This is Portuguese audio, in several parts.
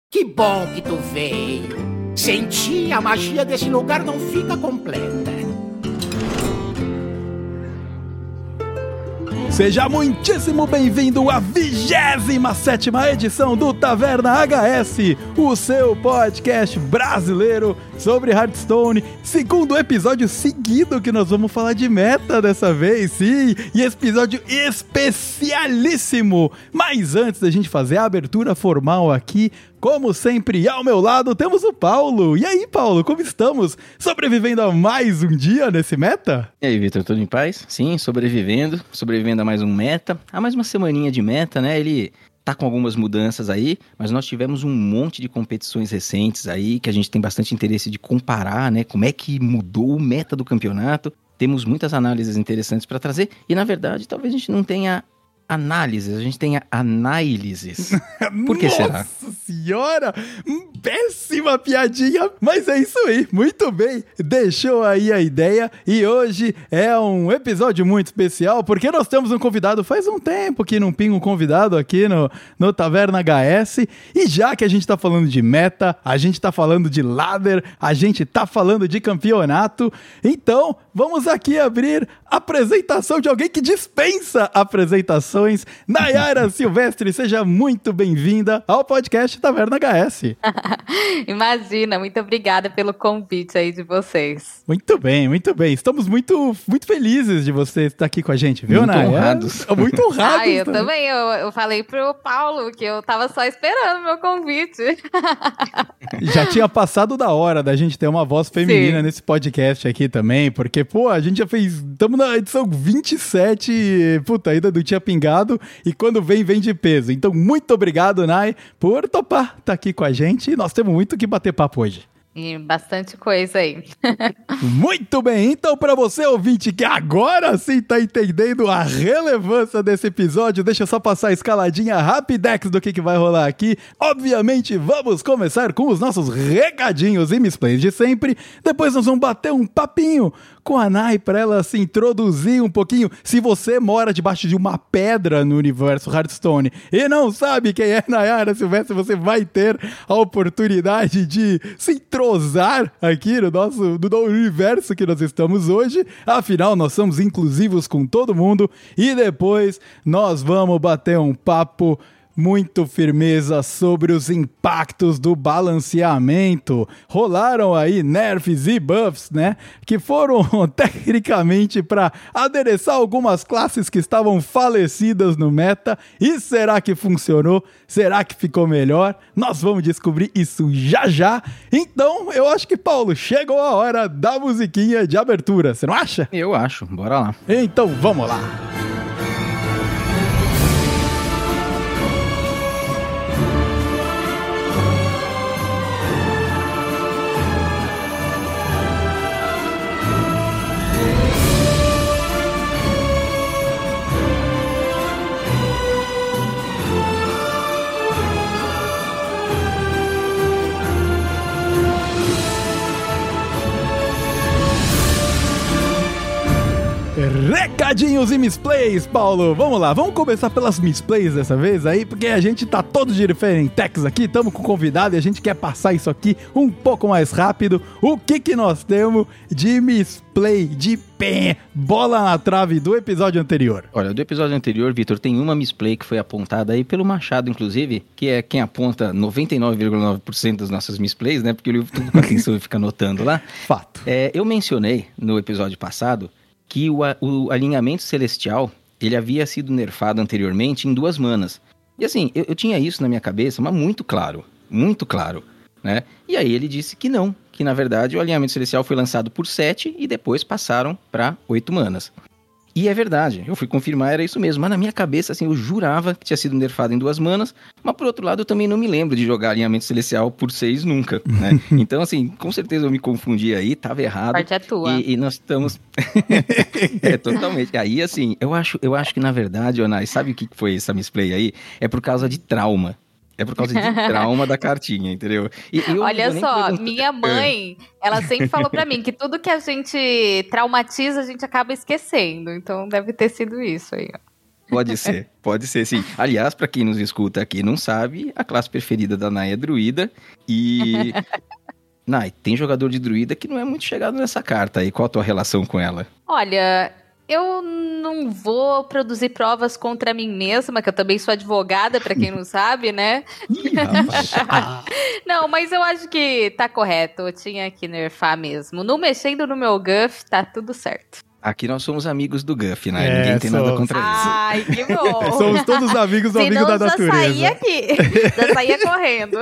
Que bom que tu veio. Sem ti, a magia desse lugar não fica completa. Seja muitíssimo bem-vindo à 27ª edição do Taverna HS, o seu podcast brasileiro sobre Hearthstone. Segundo episódio seguido que nós vamos falar de meta dessa vez, sim, e episódio especialíssimo. Mas antes da gente fazer a abertura formal aqui, como sempre, ao meu lado temos o Paulo. E aí, Paulo, como estamos? Sobrevivendo a mais um dia nesse meta? E aí, Vitor, tudo em paz? Sim, sobrevivendo a mais um meta, a mais uma semaninha de meta, né? Ele tá com algumas mudanças aí, mas nós tivemos um monte de competições recentes aí, que a gente tem bastante interesse de comparar, né? Como é que mudou o meta do campeonato. Temos muitas análises interessantes para trazer, e na verdade, talvez a gente não tenha análises, a gente tenha análises. Por que será? Nossa senhora! Péssima piadinha, mas é isso aí, muito bem, deixou aí a ideia, e hoje é um episódio muito especial, porque nós temos um convidado, faz um tempo que não pinga um convidado aqui no Taverna HS, e já que a gente tá falando de meta, a gente tá falando de ladder, a gente tá falando de campeonato, então vamos aqui abrir a apresentação de alguém que dispensa apresentações. Nayara Silvestre, seja muito bem-vinda ao podcast Taverna HS. Imagina, muito obrigada pelo convite aí de vocês. Muito bem, muito bem. Estamos muito felizes de você estar aqui com a gente, viu, muito Nayara? Honrados. Muito honrados. Eu também. Eu falei pro Paulo que eu tava só esperando o meu convite. Já tinha passado da hora da gente ter uma voz feminina Sim. nesse podcast aqui também, porque, pô, a gente já fez... Estamos na edição 27 e, puta, ainda não tinha pingado, e quando vem de peso. Então, muito obrigado, Nay, por topar estar aqui com a gente, e nós temos muito que bater papo hoje. E bastante coisa aí. Muito bem, então para você ouvinte que agora sim tá entendendo a relevância desse episódio, deixa eu só passar a escaladinha rapidex do que vai rolar aqui. Obviamente vamos começar com os nossos recadinhos e misplays de sempre, depois nós vamos bater um papinho com a Nay para ela se introduzir um pouquinho. Se você mora debaixo de uma pedra no universo Hearthstone e não sabe quem é Nayara Silvestre, você vai ter a oportunidade de se entrosar aqui no universo que nós estamos hoje. Afinal, nós somos inclusivos com todo mundo. E depois nós vamos bater um papo muito firmeza sobre os impactos do balanceamento. Rolaram aí nerfs e buffs, né? Que foram tecnicamente para adereçar algumas classes que estavam falecidas no meta. E será que funcionou? Será que ficou melhor? Nós vamos descobrir isso já. Então, eu acho que, Paulo, chegou a hora da musiquinha de abertura. Você não acha? Eu acho, bora lá. Então, vamos lá. Recadinhos e misplays, Paulo. Vamos lá, vamos começar pelas misplays dessa vez aí, porque a gente tá todo de Tex aqui, estamos com convidado e a gente quer passar isso aqui um pouco mais rápido. O que nós temos de misplay, de bola na trave do episódio anterior? Olha, do episódio anterior, Vitor, tem uma misplay que foi apontada aí pelo Machado, inclusive, que é quem aponta 99,9% das nossas misplays, né? Porque eu livo tudo com atenção e fica anotando lá. Fato. Eu mencionei no episódio passado que o alinhamento celestial, ele havia sido nerfado anteriormente em 2 manas. E assim, eu tinha isso na minha cabeça, mas muito claro, né? E aí ele disse que não, que na verdade o alinhamento celestial foi lançado por 7 e depois passaram para 8 manas. E é verdade, eu fui confirmar, era isso mesmo, mas na minha cabeça, assim, eu jurava que tinha sido nerfado em 2 manas, mas por outro lado eu também não me lembro de jogar alinhamento celestial por 6 nunca, né? Então, assim, com certeza eu me confundi aí, tava errado. A parte é tua. E nós estamos... totalmente. Aí, assim, eu acho que na verdade, Onai, sabe o que foi essa misplay aí? É por causa de trauma. É por causa de trauma da cartinha, entendeu? Olha só, minha mãe, ela sempre falou pra mim que tudo que a gente traumatiza, a gente acaba esquecendo. Então deve ter sido isso aí, ó. Pode ser sim. Aliás, pra quem nos escuta aqui e não sabe, a classe preferida da Nai é druida e... Nai, tem jogador de druida que não é muito chegado nessa carta aí. Qual a tua relação com ela? Olha, eu não vou produzir provas contra mim mesma, que eu também sou advogada, pra quem não sabe, né? Ih, rapaz. Não, mas eu acho que tá correto, eu tinha que nerfar mesmo. Não mexendo no meu Guff, tá tudo certo. Aqui nós somos amigos do Guff, né? Ninguém tem nada contra isso. Ai, que bom! Somos todos amigos do amigo da natureza. Senão eu já saía aqui, já saía correndo.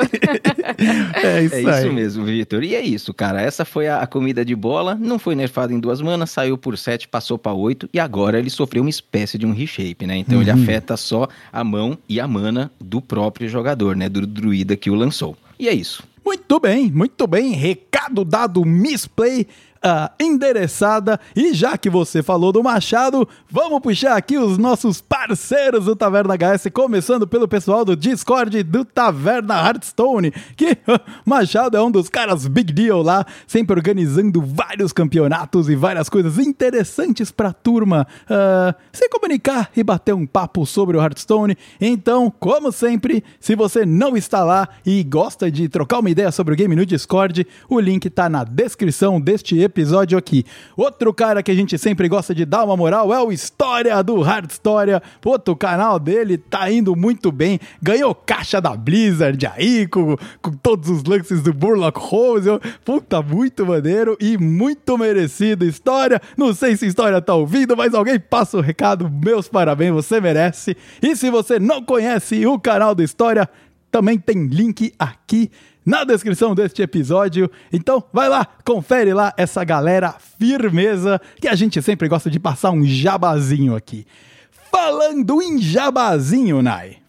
É isso aí. É isso mesmo, Vitor. E é isso, cara. Essa foi a comida de bola, não foi nerfado em 2 manas, saiu por 7, passou pra 8 e agora ele sofreu uma espécie de um reshape, né? Então ele afeta só a mão e a mana do próprio jogador, né? Do druida que o lançou. E é isso. Muito bem. Recado dado, misplay endereçada. E já que você falou do Machado, vamos puxar aqui os nossos parceiros do Taverna HS, começando pelo pessoal do Discord do Taverna Hearthstone, que Machado é um dos caras big deal lá, sempre organizando vários campeonatos e várias coisas interessantes pra turma se comunicar e bater um papo sobre o Hearthstone. Então, como sempre, se você não está lá e gosta de trocar uma ideia sobre o game no Discord, o link tá na descrição deste episódio aqui. Outro cara que a gente sempre gosta de dar uma moral é o História do Hearthstoria. Puta, o canal dele tá indo muito bem. Ganhou caixa da Blizzard aí, com todos os lances do Burlock Holmes. Puta, muito maneiro e muito merecido, História. Não sei se História tá ouvindo, mas alguém passa o recado. Meus parabéns, você merece. E se você não conhece o canal do História, também tem link aqui na descrição deste episódio. Então vai lá, confere lá essa galera firmeza, que a gente sempre gosta de passar um jabazinho aqui. Falando em jabazinho, Nai,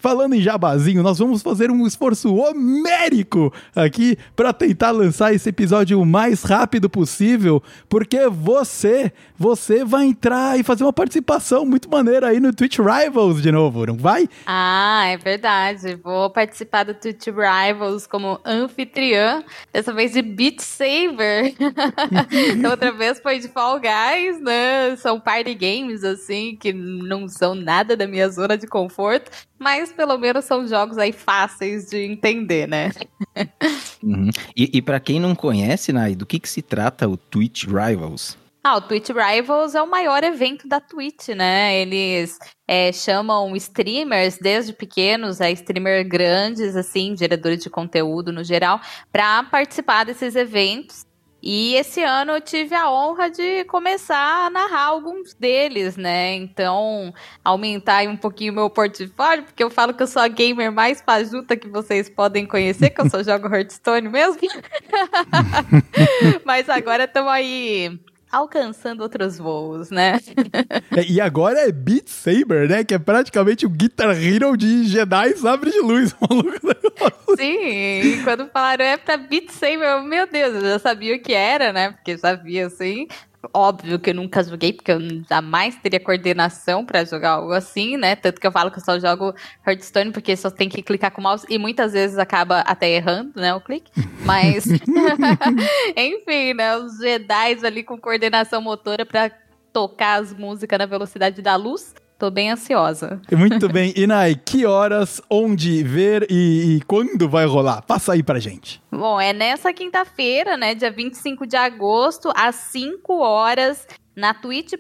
nós vamos fazer um esforço homérico aqui para tentar lançar esse episódio o mais rápido possível, porque você vai entrar e fazer uma participação muito maneira aí no Twitch Rivals de novo, não vai? Ah, é verdade. Vou participar do Twitch Rivals como anfitriã, dessa vez de Beat Saber. Outra vez foi de Fall Guys, né? São party games, assim, que não são nada da minha zona de conforto, mas pelo menos são jogos aí fáceis de entender, né? E pra quem não conhece, Nai, do que se trata o Twitch Rivals? O Twitch Rivals é o maior evento da Twitch, né? Eles chamam streamers desde pequenos, streamers grandes, assim, geradores de conteúdo no geral, para participar desses eventos. E esse ano eu tive a honra de começar a narrar alguns deles, né? Então, aumentar aí um pouquinho o meu portfólio, porque eu falo que eu sou a gamer mais fajuta que vocês podem conhecer, que eu só jogo Hearthstone mesmo. Mas agora estamos aí alcançando outros voos, né? E agora é Beat Saber, né? Que é praticamente o Guitar Hero de Jedi Sabre de Luz, maluco. Sim, e quando falaram pra Beat Saber, meu Deus, eu já sabia o que era, né? Porque já sabia, assim. Óbvio que eu nunca joguei, porque eu jamais teria coordenação pra jogar algo assim, né? Tanto que eu falo que eu só jogo Hearthstone porque só tem que clicar com o mouse e muitas vezes acaba até errando, né, o clique. Mas, enfim, né? Os Jedis ali com coordenação motora pra tocar as músicas na velocidade da luz. Tô bem ansiosa. Muito bem. E Nai, que horas, onde ver e quando vai rolar? Passa aí pra gente. Bom, é nessa quinta-feira, né, dia 25 de agosto, às 5 horas, na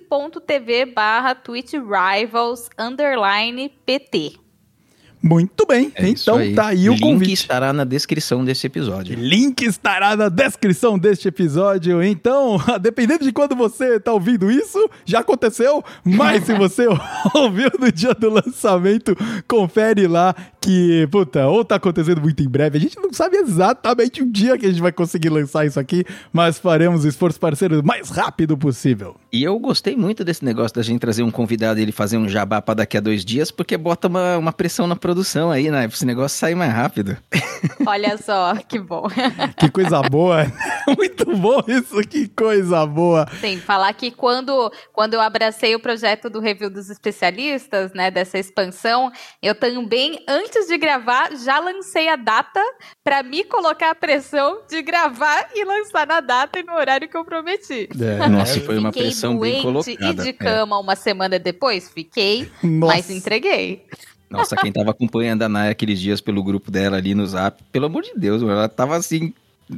twitch.tv/twitchrivals_pt. Muito bem, então aí. Tá aí o convite. Link estará na descrição desse episódio. Link estará na descrição deste episódio. Então, dependendo de quando você tá ouvindo isso, já aconteceu. Mas se você ouviu no dia do lançamento, confere lá que, puta, ou tá acontecendo muito em breve. A gente não sabe exatamente o dia que a gente vai conseguir lançar isso aqui, mas faremos o esforço parceiro o mais rápido possível. E eu gostei muito desse negócio da gente trazer um convidado e ele fazer um jabá pra daqui a 2 dias, porque bota uma pressão na produção aí, né? Pra esse negócio sair mais rápido. Olha só, que bom. Que coisa boa. Muito bom isso, que coisa boa. Sim, falar que quando eu abracei o projeto do Review dos Especialistas, né, dessa expansão, eu também, antes de gravar, já lancei a data para me colocar a pressão de gravar e lançar na data e no horário que eu prometi. Nossa, foi uma pressão bem colocada. E de cama uma semana depois, fiquei, mas entreguei. Nossa, quem tava acompanhando a Naya aqueles dias pelo grupo dela ali no Zap, pelo amor de Deus, ela tava assim,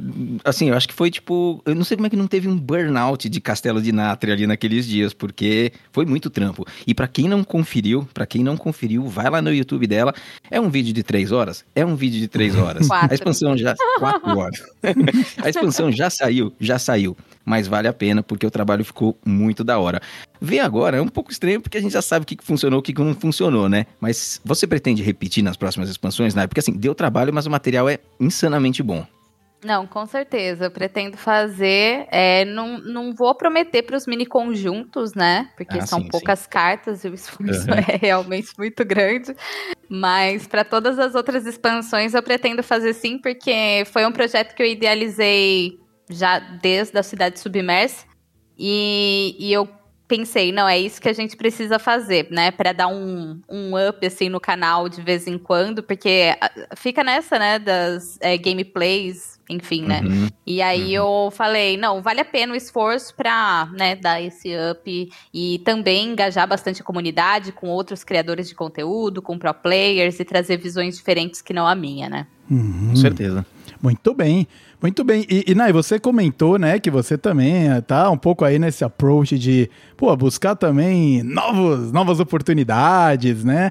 eu acho que foi tipo, eu não sei como é que não teve um burnout de Castelo de Nátria ali naqueles dias, porque foi muito trampo. E pra quem não conferiu, vai lá no YouTube dela, é um vídeo de 3 horas? É um vídeo de 3 horas. 4. A expansão já... 4 horas. A expansão já saiu, mas vale a pena, porque o trabalho ficou muito da hora. Ver agora é um pouco estranho, porque a gente já sabe o que funcionou, o que não funcionou, né? Mas você pretende repetir nas próximas expansões, né? Porque assim, deu trabalho, mas o material é insanamente bom. Não, com certeza. Eu pretendo fazer. Não vou prometer para os mini conjuntos, né? Porque são poucas cartas e o esforço é realmente muito grande. Mas para todas as outras expansões eu pretendo fazer sim, porque foi um projeto que eu idealizei já desde a Cidade Submersa. E eu pensei, não, é isso que a gente precisa fazer, né? Para dar um up, assim, no canal de vez em quando, porque fica nessa, né, das gameplays, enfim, né? E aí eu falei, não, vale a pena o esforço pra, né, dar esse up e também engajar bastante a comunidade com outros criadores de conteúdo, com pro players e trazer visões diferentes que não a minha, né? Com certeza. Muito bem. Muito bem. E Nai, você comentou, né, que você também tá um pouco aí nesse approach de, buscar também novas oportunidades, né?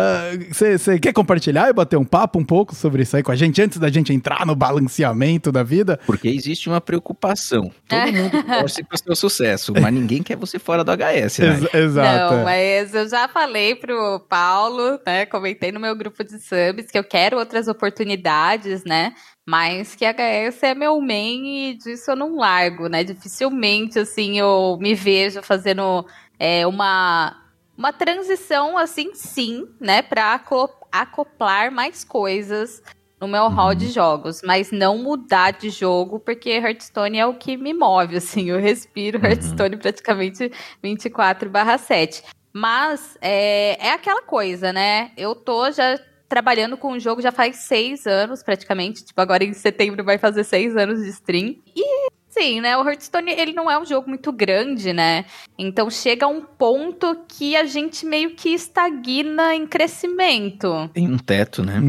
Você quer compartilhar e bater um papo um pouco sobre isso aí com a gente, antes da gente entrar no balanceamento da vida? Porque existe uma preocupação. Todo mundo torce pro seu sucesso, mas ninguém quer você fora do HS, né? Exato. Não, mas eu já falei pro Paulo, né, comentei no meu grupo de subs que eu quero outras oportunidades, né? Mas que HS é meu main e disso eu não largo, né? Dificilmente, assim, eu me vejo fazendo uma transição, assim, sim, né? Pra acoplar mais coisas no meu hall de jogos. Mas não mudar de jogo, porque Hearthstone é o que me move, assim. Eu respiro Hearthstone praticamente 24/7. Mas é aquela coisa, né? Eu tô já trabalhando com o jogo já faz 6 anos, praticamente. Tipo, agora em setembro vai fazer 6 anos de stream. E, sim, né? O Hearthstone, ele não é um jogo muito grande, né? Então, chega a um ponto que a gente meio que estagna em crescimento. Tem um teto, né?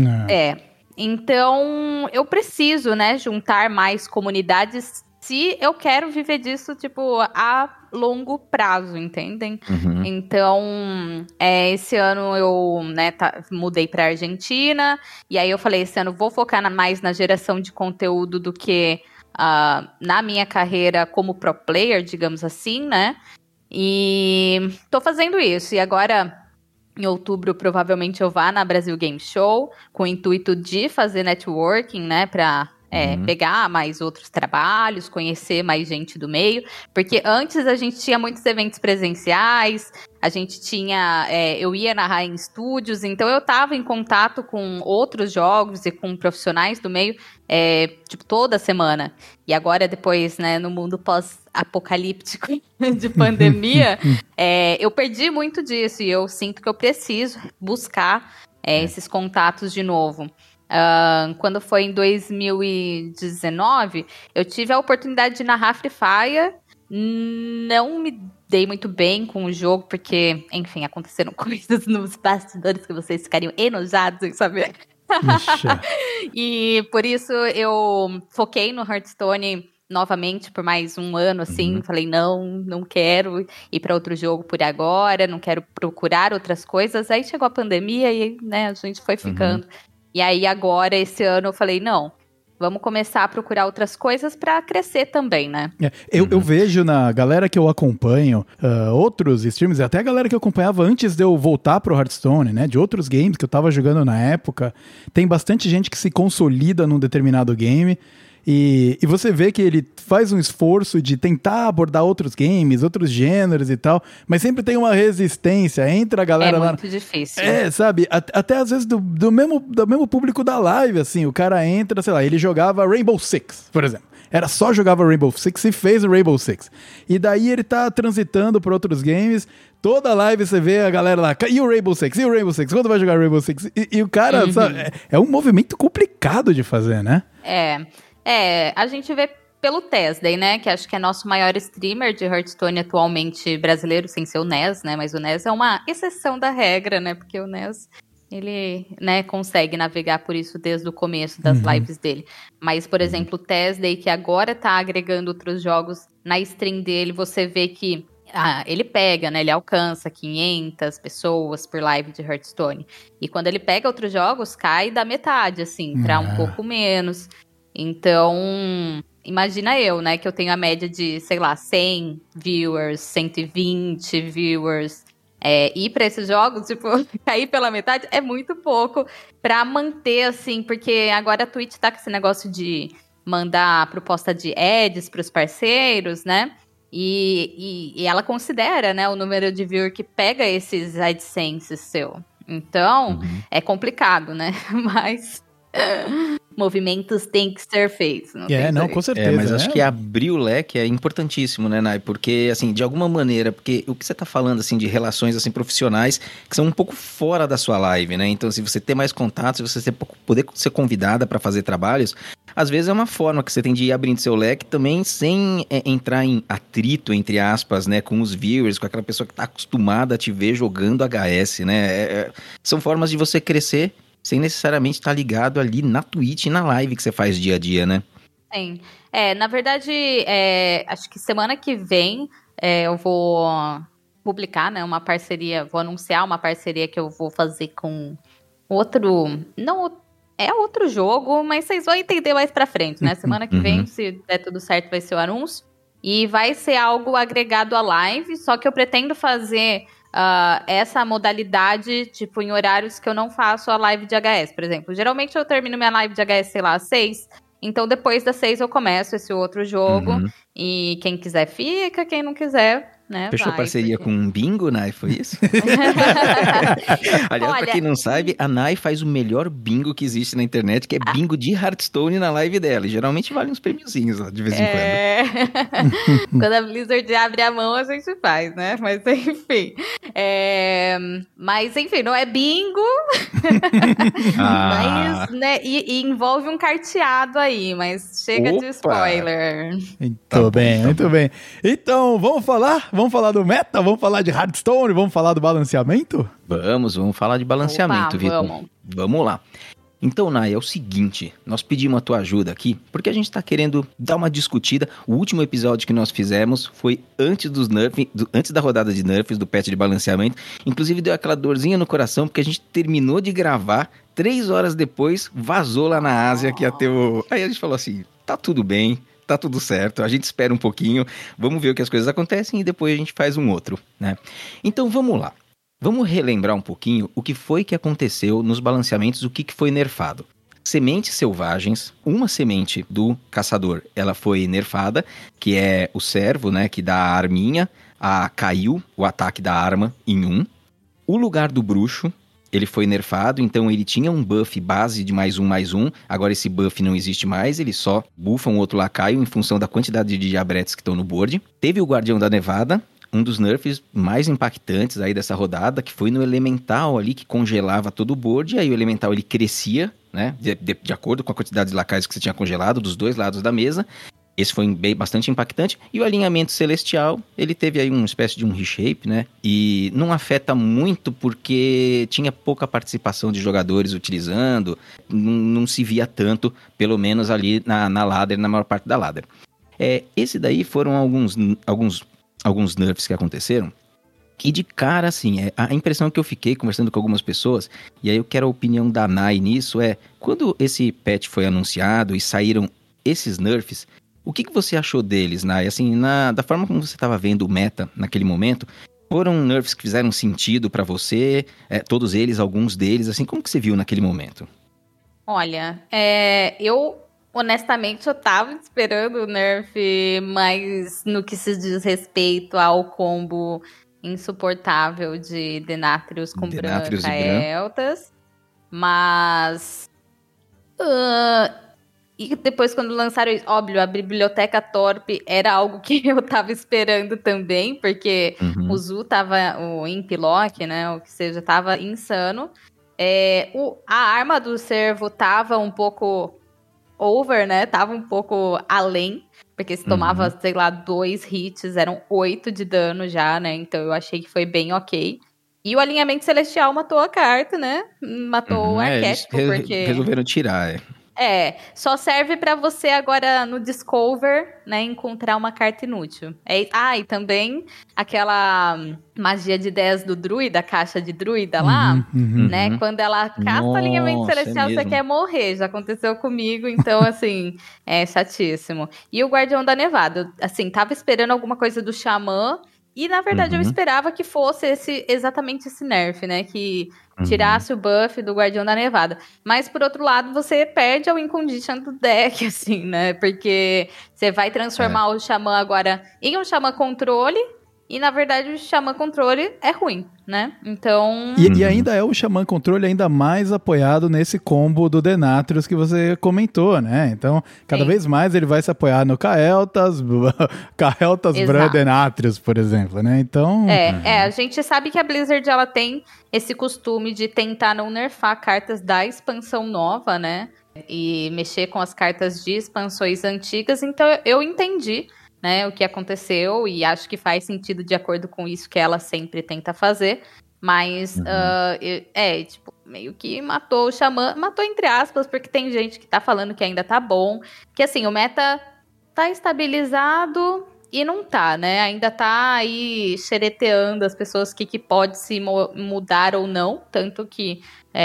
Então, eu preciso, né, juntar mais comunidades se eu quero viver disso, tipo, a longo prazo, entendem? Então, esse ano eu, né, mudei pra Argentina, e aí eu falei, esse ano vou focar mais na geração de conteúdo do que na minha carreira como pro player, digamos assim, né? E tô fazendo isso, e agora, em outubro, provavelmente eu vá na Brasil Game Show, com o intuito de fazer networking, né, pra pegar mais outros trabalhos, conhecer mais gente do meio, porque antes a gente tinha muitos eventos presenciais, a gente tinha, eu ia narrar em estúdios, então eu estava em contato com outros jogos e com profissionais do meio, tipo, toda semana. E agora, depois, né, no mundo pós-apocalíptico de pandemia, eu perdi muito disso, e eu sinto que eu preciso buscar esses contatos de novo. Quando foi em 2019, eu tive a oportunidade de narrar Free Fire. Não me dei muito bem com o jogo, porque, enfim, aconteceram coisas nos bastidores que vocês ficariam enojados em saber. E por isso eu foquei no Hearthstone novamente por mais um ano, assim. Falei, não quero ir para outro jogo por agora, não quero procurar outras coisas. Aí chegou a pandemia e, né, a gente foi ficando. E aí agora, esse ano, eu falei, não, vamos começar a procurar outras coisas pra crescer também, né? Eu vejo na galera que eu acompanho, outros streams, até a galera que eu acompanhava antes de eu voltar pro Hearthstone, né? De outros games que eu tava jogando na época, tem bastante gente que se consolida num determinado game E você vê que ele faz um esforço de tentar abordar outros games, outros gêneros e tal, mas sempre tem uma resistência, entra a galera lá... É muito difícil. Sabe, até às vezes do mesmo público da live, assim, o cara entra, sei lá, ele jogava Rainbow Six, por exemplo. Era só jogava Rainbow Six e fez o Rainbow Six. E daí ele tá transitando por outros games, toda live você vê a galera lá, e o Rainbow Six? E o Rainbow Six? Quando vai jogar Rainbow Six? E o cara, sabe, é um movimento complicado de fazer, né? A gente vê pelo Tesday, né, que acho que é nosso maior streamer de Hearthstone atualmente brasileiro, sem ser o Ness, né, mas o Ness é uma exceção da regra, né, porque o Ness... Ele, né, consegue navegar por isso desde o começo das lives dele. Mas, por exemplo, o Tesday, que agora tá agregando outros jogos na stream dele, você vê que ele pega, né, ele alcança 500 pessoas por live de Hearthstone. E quando ele pega outros jogos, cai da metade, assim, pra um pouco menos. Então, imagina eu, né, que eu tenho a média de, sei lá, 100 viewers, 120 viewers... ir pra esses jogos, tipo, cair pela metade é muito pouco pra manter, assim, porque agora a Twitch tá com esse negócio de mandar proposta de ads pros parceiros, né? E ela considera, né, o número de viewer que pega esses AdSense seu. Então, é complicado, né? Mas... movimentos têm que ser feitos. Com certeza. Mas acho que abrir o leque é importantíssimo, né, Nai? Porque, assim, de alguma maneira, porque o que você tá falando, assim, de relações, assim, profissionais, que são um pouco fora da sua live, né? Então, se você ter mais contatos, se você poder ser convidada para fazer trabalhos, às vezes é uma forma que você tem de ir abrindo seu leque também sem entrar em atrito, entre aspas, né, com os viewers, com aquela pessoa que tá acostumada a te ver jogando HS, né? São formas de você crescer sem necessariamente estar ligado ali na Twitch e na live que você faz dia a dia, né? Sim. Na verdade, acho que semana que vem eu vou publicar, né, uma parceria, vou anunciar uma parceria que eu vou fazer com outro jogo, mas vocês vão entender mais pra frente, né? Semana que vem, se der tudo certo, vai ser o anúncio. E vai ser algo agregado à live, só que eu pretendo fazer... essa modalidade, tipo, em horários que eu não faço a live de HS, por exemplo. Geralmente eu termino minha live de HS, sei lá, às 6. Então, depois das 6 eu começo esse outro jogo. E quem quiser fica, quem não quiser, né, fechou parceria com um bingo, Nai? Foi isso? Aliás, pra quem não sabe, a Nai faz o melhor bingo que existe na internet, que é bingo de Hearthstone na live dela. E geralmente vale uns prêmiozinhos lá, de vez em quando. Quando a Blizzard abre a mão, a gente faz, né? Mas enfim. Mas enfim, não é bingo. Mas, né? E envolve um carteado aí, mas chega de spoiler. Muito bem. Então, vamos falar do meta? Vamos falar de Hearthstone? Vamos falar do balanceamento? Vamos falar de balanceamento, Vitor. Vamos lá. Então, Nai, é o seguinte, nós pedimos a tua ajuda aqui, porque a gente tá querendo dar uma discutida. O último episódio que nós fizemos foi antes dos nerfs, antes da rodada de nerfs, do patch de balanceamento. Inclusive deu aquela dorzinha no coração, porque a gente terminou de gravar, 3 horas depois, vazou lá na Ásia que ia ter o... Aí a gente falou assim, tá tudo bem, tá tudo certo, a gente espera um pouquinho, vamos ver o que as coisas acontecem e depois a gente faz um outro, né? Então vamos lá. Vamos relembrar um pouquinho o que foi que aconteceu nos balanceamentos, o que foi nerfado. Sementes selvagens, uma semente do caçador, ela foi nerfada, que é o servo, né, que dá a arminha, caiu o ataque da arma em 1. O lugar do bruxo, ele foi nerfado, então ele tinha um buff base de +1/+1, agora esse buff não existe mais, ele só buffa um outro lacaio em função da quantidade de diabretes que estão no board. Teve o Guardião da Nevada, um dos nerfs mais impactantes aí dessa rodada, que foi no Elemental ali, que congelava todo o board, e aí o Elemental ele crescia, né, de acordo com a quantidade de lacaios que você tinha congelado, dos dois lados da mesa. Esse foi bastante impactante. E o alinhamento celestial, ele teve aí uma espécie de um reshape, né? E não afeta muito porque tinha pouca participação de jogadores utilizando, não se via tanto, pelo menos ali na ladder, na maior parte da ladder. Esse daí foram alguns nerfs que aconteceram. E de cara, assim, a impressão que eu fiquei conversando com algumas pessoas, e aí eu quero a opinião da Nai nisso, quando esse patch foi anunciado e saíram esses nerfs, o que você achou deles, Nai? Assim, da forma como você estava vendo o meta naquele momento, foram nerfs que fizeram sentido pra você? Todos eles, alguns deles, assim, como que você viu naquele momento? Olha, eu honestamente, eu tava esperando o nerf mais no que se diz respeito ao combo insuportável de Denatrius com Denatrius Branca e Bran. Eltas. Mas... e depois, quando lançaram isso, óbvio, a Biblioteca Torp era algo que eu tava esperando também, porque o Zu tava, o Imp-Lock, né, o que seja, tava insano. A arma do servo tava um pouco over, né, tava um pouco além, porque se tomava, sei lá, 2 hits, eram 8 de dano já, né, então eu achei que foi bem ok. E o alinhamento celestial matou a carta, né, matou o arquétipo, porque... resolveram tirar, só serve pra você agora no Discover, né, encontrar uma carta inútil. E também aquela magia de 10 do druida, a caixa de druida lá, né, quando ela casta o alinhamento celestial, você quer morrer, já aconteceu comigo, então, assim, é chatíssimo. E o Guardião da Nevada, assim, tava esperando alguma coisa do Xamã, e, na verdade, eu esperava que fosse exatamente esse nerf, né? Que tirasse o buff do Guardião da Nevada. Mas, por outro lado, você perde a win condition do deck, assim, né? Porque você vai transformar o Xamã agora em um Xamã controle. E, na verdade, o Xamã controle é ruim, né? Então... E ainda é o Xamã controle ainda mais apoiado nesse combo do Denatrius que você comentou, né? Então, cada vez mais ele vai se apoiar no Kael'thas, Bran Denatrius, por exemplo, né? Então... a gente sabe que a Blizzard, ela tem esse costume de tentar não nerfar cartas da expansão nova, né? E mexer com as cartas de expansões antigas. Então, eu entendi, né, o que aconteceu, e acho que faz sentido de acordo com isso que ela sempre tenta fazer, mas tipo, meio que matou o Xamã, matou entre aspas, porque tem gente que tá falando que ainda tá bom, que assim, o meta tá estabilizado e não tá, né, ainda tá aí xereteando as pessoas que pode se mudar ou não, tanto que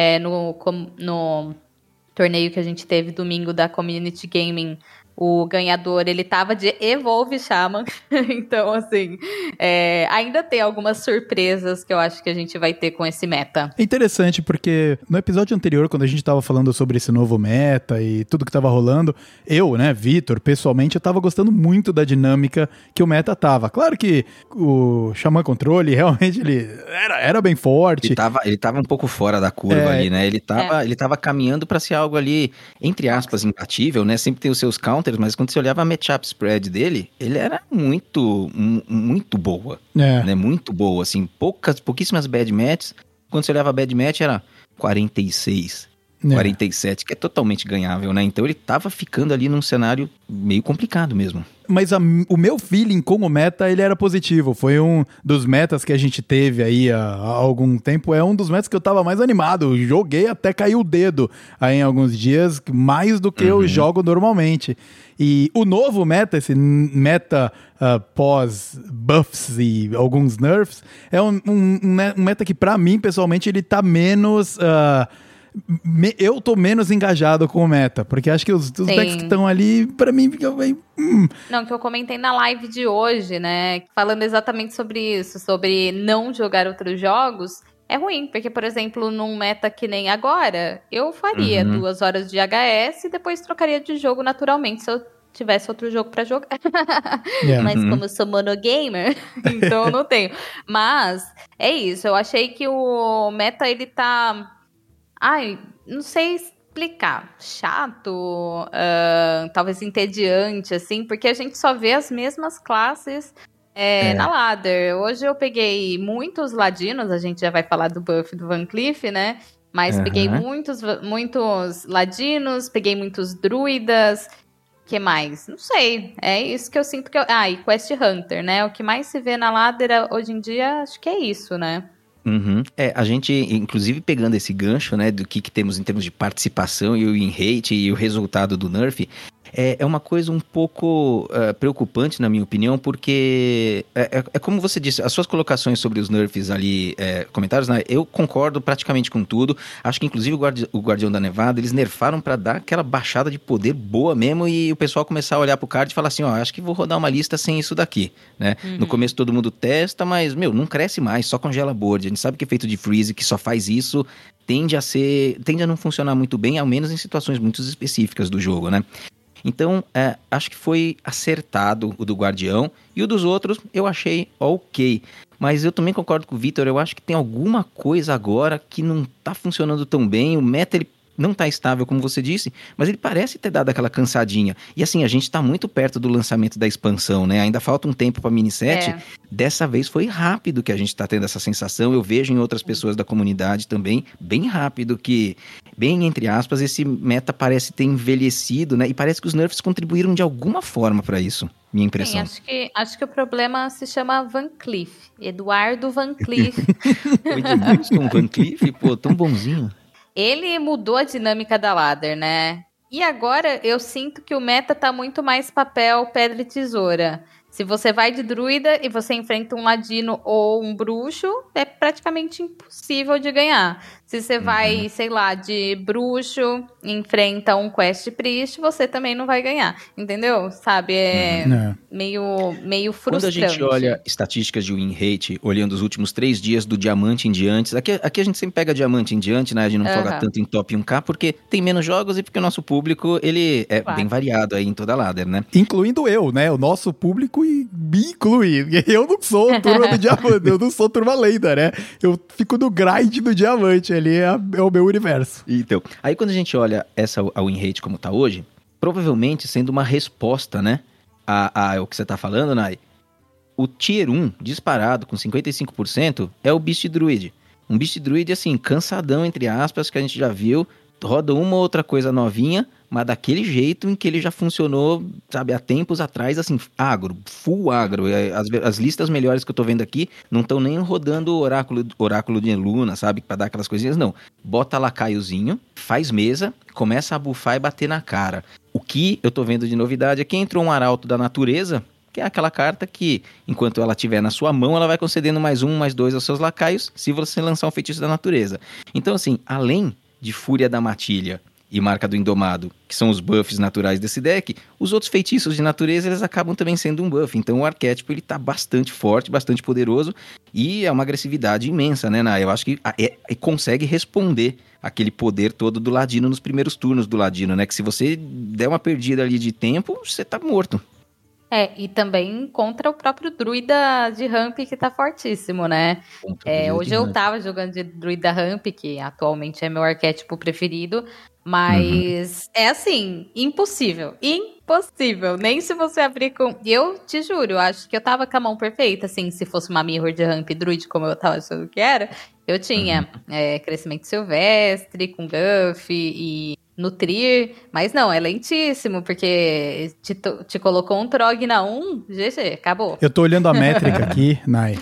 no torneio que a gente teve domingo da Community Gaming, o ganhador, ele tava de Evolve Shaman. Então, assim, ainda tem algumas surpresas que eu acho que a gente vai ter com esse meta. É interessante, porque no episódio anterior, quando a gente tava falando sobre esse novo meta e tudo que tava rolando, eu, né, Vitor, pessoalmente, eu tava gostando muito da dinâmica que o meta tava. Claro que o Xamã Controle, realmente, ele era bem forte. Ele tava um pouco fora da curva ali, né? Ele tava caminhando pra ser algo ali, entre aspas, imbatível, né? Sempre tem os seus counters, mas quando você olhava a matchup spread dele, ele era muito boa, né? Muito boa, assim, pouquíssimas bad matches. Quando você olhava a bad match, era 46, 47, que é totalmente ganhável, né? Então ele tava ficando ali num cenário meio complicado mesmo. Mas o meu feeling com o meta, ele era positivo. Foi um dos metas que a gente teve aí há algum tempo. É um dos metas que eu tava mais animado. Joguei até cair o dedo aí em alguns dias, mais do que eu jogo normalmente. E o novo meta, esse meta pós-buffs e alguns nerfs, é um meta que pra mim, pessoalmente, ele tá menos... eu tô menos engajado com o meta, porque acho que os decks que estão ali, pra mim, ficam bem... Não, que eu comentei na live de hoje, né, falando exatamente sobre isso, sobre não jogar outros jogos, é ruim, porque, por exemplo, num meta que nem agora, eu faria 2 horas de HS e depois trocaria de jogo naturalmente, se eu tivesse outro jogo pra jogar. Mas como eu sou monogamer, então eu não tenho. Mas, é isso, eu achei que o meta, ele tá... não sei explicar. Chato, talvez entediante, assim, porque a gente só vê as mesmas classes na ladder. Hoje eu peguei muitos ladinos, a gente já vai falar do buff do Van Cleef, né? Mas peguei muitos ladinos, peguei muitos druidas. O que mais? Não sei. É isso que eu sinto que e Quest Hunter, né? O que mais se vê na ladder hoje em dia, acho que é isso, né? A gente, inclusive pegando esse gancho, né, do que temos em termos de participação e o win rate e o resultado do nerf, é uma coisa um pouco preocupante, na minha opinião, porque é como você disse, as suas colocações sobre os nerfs ali, comentários, né, eu concordo praticamente com tudo. Acho que inclusive o Guardião da Nevada, eles nerfaram pra dar aquela baixada de poder boa mesmo e o pessoal começar a olhar pro card e falar assim, acho que vou rodar uma lista sem isso daqui, né? No começo todo mundo testa, mas, não cresce mais, só congela board. A gente sabe que efeito de freeze que só faz isso tende a não funcionar muito bem, ao menos em situações muito específicas do jogo, né? Então, acho que foi acertado o do Guardião, e o dos outros eu achei ok. Mas eu também concordo com o Vitor, eu acho que tem alguma coisa agora que não tá funcionando tão bem, o meta ele não tá estável, como você disse, mas ele parece ter dado aquela cansadinha. E assim, a gente tá muito perto do lançamento da expansão, né? Ainda falta um tempo pra mini set. Dessa vez foi rápido que a gente tá tendo essa sensação. Eu vejo em outras pessoas da comunidade também, bem rápido que, bem entre aspas, esse meta parece ter envelhecido, né? E parece que os nerfs contribuíram de alguma forma pra isso. Minha impressão. Sim, acho que o problema se chama Van Cleef. Eduardo Van Cleef. Foi de Winston Van Cleef? Pô, tão bonzinho. Ele mudou a dinâmica da ladder, né? E agora eu sinto que o meta tá muito mais papel, pedra e tesoura. Se você vai de druida e você enfrenta um ladino ou um bruxo, é praticamente impossível de ganhar. Se você vai, sei lá, de bruxo e enfrenta um quest priest, você também não vai ganhar. Entendeu? Sabe? Meio frustrante. Quando a gente olha estatísticas de win rate, olhando os últimos 3 dias do diamante em diante, aqui a gente sempre pega diamante em diante, né? A gente não foca tanto em top 1K, porque tem menos jogos e porque o nosso público, ele é bem variado aí em toda a ladder, né? Incluindo eu, né? O nosso público me inclui. Eu não sou turma do diamante, eu não sou turma lenda, né? Eu fico no grind do diamante, ali é o meu universo. Então, aí quando a gente olha a win rate como tá hoje, provavelmente sendo uma resposta, né? O que você tá falando, Nai, o Tier 1 disparado com 55% é o Beast Druid. Um Beast Druid, assim, cansadão, entre aspas, que a gente já viu, roda uma ou outra coisa novinha, mas daquele jeito em que ele já funcionou, sabe, há tempos atrás, assim, agro, full agro. As listas melhores que eu tô vendo aqui não estão nem rodando o oráculo de Luna, sabe, pra dar aquelas coisinhas, não. Bota lacaiozinho, faz mesa, começa a bufar e bater na cara. O que eu tô vendo de novidade é que entrou um arauto da natureza, que é aquela carta que, enquanto ela estiver na sua mão, ela vai concedendo mais 1, mais 2 aos seus lacaios, se você lançar um feitiço da natureza. Então, assim, além de Fúria da Matilha e Marca do Indomado, que são os buffs naturais desse deck, os outros feitiços de natureza, eles acabam também sendo um buff. Então o arquétipo, ele tá bastante forte, bastante poderoso, e é uma agressividade imensa, né, Nai? Eu acho que consegue responder aquele poder todo do Ladino nos primeiros turnos do Ladino, né? Que se você der uma perdida ali de tempo, você tá morto. E também contra o próprio druida de ramp, que tá fortíssimo, né? Hoje eu tava jogando de druida ramp, que atualmente é meu arquétipo preferido, mas é assim, impossível. Impossível. Nem se você abrir com... Eu te juro, eu acho que eu tava com a mão perfeita, assim, se fosse uma mirror de ramp druid, como eu tava achando que era, eu tinha crescimento silvestre, com buff e... nutrir, mas não, é lentíssimo, porque te colocou um Trog na 1, GG, acabou. Eu tô olhando a métrica aqui, Nai,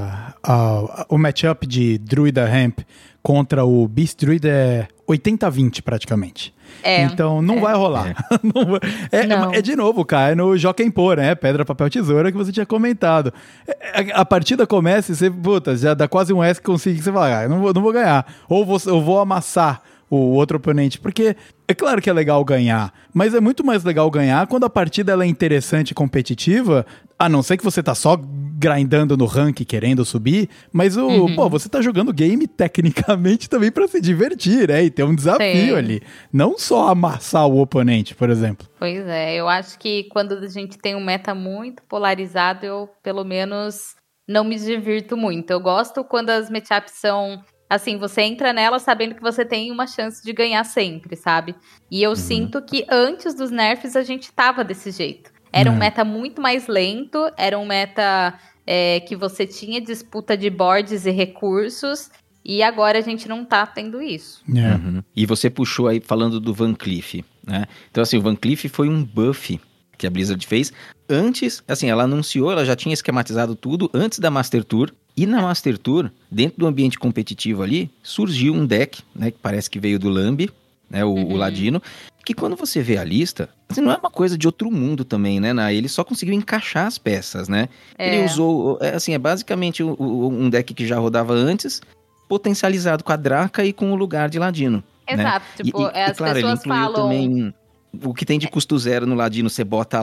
o matchup de Druida Ramp contra o Beast Druid é 80-20 praticamente. Então não vai rolar. Não. De novo, cai no Jockey Pô, né? Pedra, papel, tesoura que você tinha comentado. A partida começa e você, já dá quase um S que você fala, eu não vou ganhar. Ou eu vou amassar o outro oponente, porque é claro que é legal ganhar, mas é muito mais legal ganhar quando a partida ela é interessante e competitiva, a não ser que você tá só grindando no rank querendo subir, mas você tá jogando game tecnicamente também pra se divertir, né? E ter um desafio ali, não só amassar o oponente, por exemplo. Pois é, eu acho que quando a gente tem um meta muito polarizado, eu pelo menos não me divirto muito. Eu gosto quando as matchups são... Assim, você entra nela sabendo que você tem uma chance de ganhar sempre, sabe? E eu sinto que antes dos nerfs a gente tava desse jeito. Era um meta muito mais lento, era um meta que você tinha disputa de boards e recursos, e agora a gente não tá tendo isso. E você puxou aí falando do Van Cleef, né? Então assim, o Van Cleef foi um buff que a Blizzard fez antes, assim, ela anunciou, ela já tinha esquematizado tudo antes da Master Tour. E na Master Tour, dentro do ambiente competitivo ali, surgiu um deck, né, que parece que veio do Lambi, né, o Ladino, que quando você vê a lista, assim, não é uma coisa de outro mundo também, né, ele só conseguiu encaixar as peças, né? Ele usou, assim, é basicamente um deck que já rodava antes, potencializado com a Draca e com o lugar de Ladino. Exato, né? as claro, pessoas ele incluiu falam... também o que tem de custo zero no Ladino, você bota lá,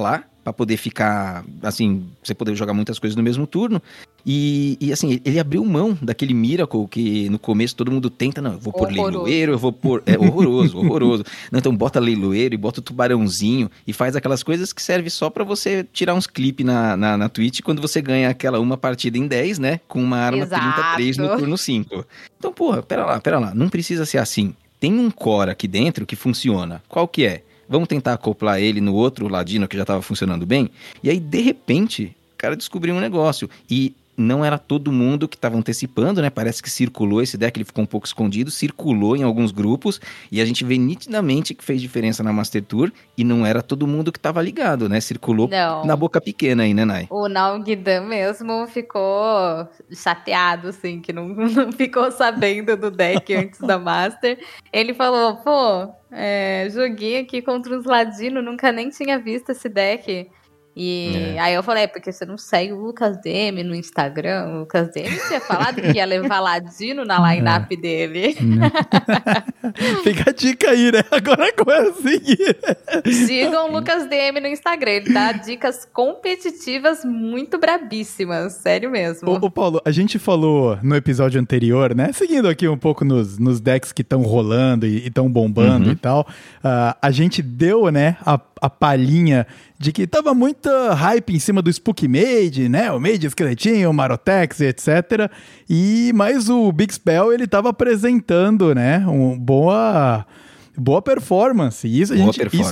pra poder ficar, assim, você poder jogar muitas coisas no mesmo turno. E assim, ele abriu mão daquele Miracle que no começo todo mundo tenta, não, eu vou pôr leiloeiro, eu vou pôr... É horroroso. Não, então bota leiloeiro e bota o tubarãozinho e faz aquelas coisas que serve só pra você tirar uns clipes na Twitch quando você ganha aquela uma partida em 10, né? Com uma arma 33 no turno 5. Então, porra, pera lá, não precisa ser assim. Tem um core aqui dentro que funciona. Qual que é? Vamos tentar acoplar ele no outro ladino que já estava funcionando bem? E aí, de repente, o cara descobriu um negócio. E não era todo mundo que estava antecipando, né? Parece que circulou esse deck, ele ficou um pouco escondido, circulou em alguns grupos, e a gente vê nitidamente que fez diferença na Master Tour, e não era todo mundo que estava ligado, né? Circulou na boca pequena aí, né, Nai? O Nalguidan mesmo ficou chateado, assim, que não ficou sabendo do deck antes da Master. Ele falou, pô, joguei aqui contra os Ladino, nunca nem tinha visto esse deck. E aí eu falei, porque você não segue o Lucas DM no Instagram? O Lucas DM tinha falado que ia levar Ladino na line-up dele. Fica a dica aí, né? Agora começa a seguir. Sigam o Lucas DM no Instagram, ele dá dicas competitivas muito brabíssimas, sério mesmo. Ô Paulo, a gente falou no episódio anterior, né? Seguindo aqui um pouco nos decks que estão rolando e estão bombando e tal, a gente deu, né, a palhinha de que tava muita hype em cima do Spook Mage, né? O Mage esqueletinho, o Marotex, etc. Mas o Big Spell, ele tava apresentando, né? Boa performance. E isso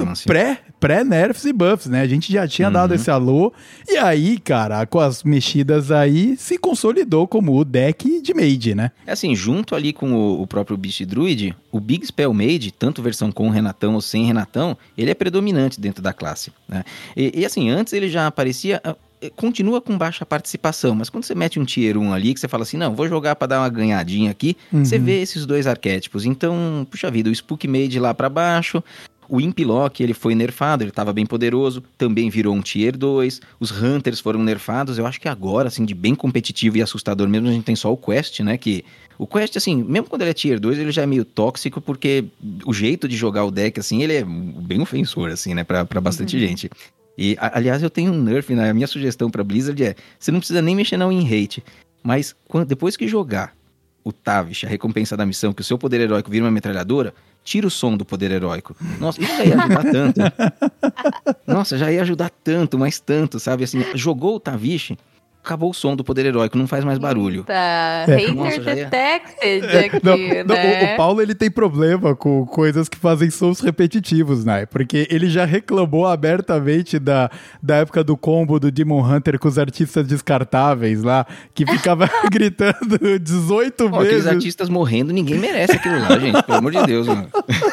pré-nerfs e buffs, né? A gente já tinha dado esse alô. E aí, cara, com as mexidas aí, se consolidou como o deck de Mage, né? Assim, junto ali com o próprio Beast Druid, o Big Spell Mage, tanto versão com Renatão ou sem Renatão, ele é predominante dentro da classe, né? E assim, antes ele já aparecia... Continua com baixa participação, mas quando você mete um tier 1 ali, que você fala assim, não, vou jogar pra dar uma ganhadinha aqui, você vê esses dois arquétipos. Então, puxa vida, o Spook Mage lá pra baixo, o Imp Lock, ele foi nerfado, ele tava bem poderoso, também virou um tier 2, os Hunters foram nerfados, eu acho que agora, assim, de bem competitivo e assustador mesmo, a gente tem só o Quest, né, que... O Quest, assim, mesmo quando ele é tier 2, ele já é meio tóxico, porque o jeito de jogar o deck, assim, ele é bem ofensor, assim, né, pra bastante gente. E, aliás, eu tenho um nerf, né? A minha sugestão pra Blizzard é, você não precisa nem mexer na win rate, mas depois que jogar o Tavish, a recompensa da missão, que o seu poder heróico vira uma metralhadora, tira o som do poder heróico. Nossa, isso já ia ajudar tanto. Nossa, já ia ajudar tanto, mas tanto, sabe? Assim, jogou o Tavish, acabou o som do poder heróico, não faz mais barulho. Tá, hater detected aqui, né? O Paulo, ele tem problema com coisas que fazem sons repetitivos, né? Porque ele já reclamou abertamente da época do combo do Demon Hunter com os artistas descartáveis lá, que ficava gritando 18 vezes. Aqueles artistas morrendo, ninguém merece aquilo lá, gente, pelo amor de Deus, mano.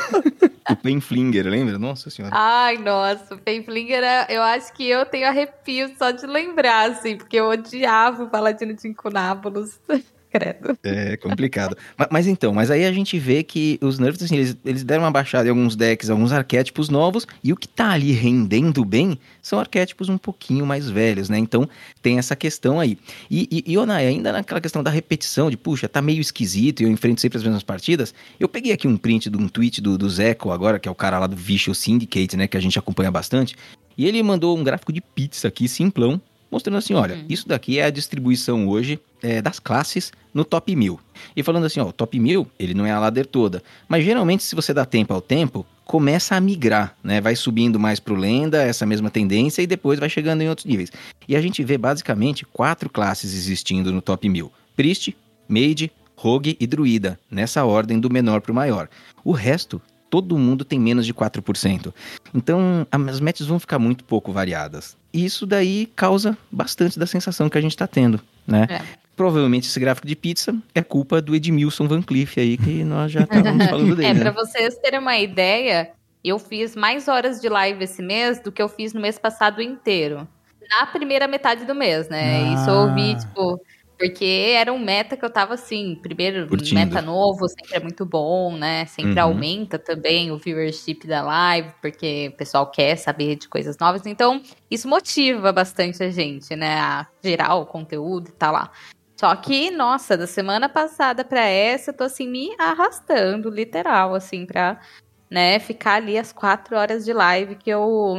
O Painflinger, lembra? Nossa senhora. Ai, nossa, o Painflinger, eu acho que eu tenho arrepio só de lembrar, assim, porque eu odiava o Paladino de Incunábulos. Credo. É complicado. Mas aí a gente vê que os nerfs, assim, eles deram uma baixada em alguns decks, alguns arquétipos novos, e o que tá ali rendendo bem são arquétipos um pouquinho mais velhos, né? Então tem essa questão aí. E Onai, ainda naquela questão da repetição, de puxa, tá meio esquisito e eu enfrento sempre as mesmas partidas, eu peguei aqui um print de um tweet do Zeco agora, que é o cara lá do Vicious Syndicate, né, que a gente acompanha bastante, e ele mandou um gráfico de pizza aqui, simplão, mostrando assim, olha, isso daqui é a distribuição hoje das classes no top 1000. E falando assim, ó, o top 1000, ele não é a ladder toda, mas geralmente se você dá tempo ao tempo, começa a migrar, né? Vai subindo mais pro lenda, essa mesma tendência, e depois vai chegando em outros níveis. E a gente vê basicamente 4 classes existindo no top 1000. Priest, Mage, Rogue e Druida, nessa ordem do menor pro maior. O resto... todo mundo tem menos de 4%. Então, as matches vão ficar muito pouco variadas. E isso daí causa bastante da sensação que a gente tá tendo, né? Provavelmente esse gráfico de pizza é culpa do Edmilson Van Cleef aí, que nós já estávamos falando dele, pra vocês terem uma ideia, eu fiz mais horas de live esse mês do que eu fiz no mês passado inteiro. Na primeira metade do mês, né? Isso eu ouvi, tipo... Porque era um meta que eu tava assim, primeiro, curtindo. Meta novo sempre é muito bom, né? Sempre aumenta também o viewership da live, porque o pessoal quer saber de coisas novas. Então, isso motiva bastante a gente, né? A gerar o conteúdo e tá lá. Só que, nossa, da semana passada pra essa, eu tô assim, me arrastando, literal, assim, pra... né, ficar ali as 4 horas de live que eu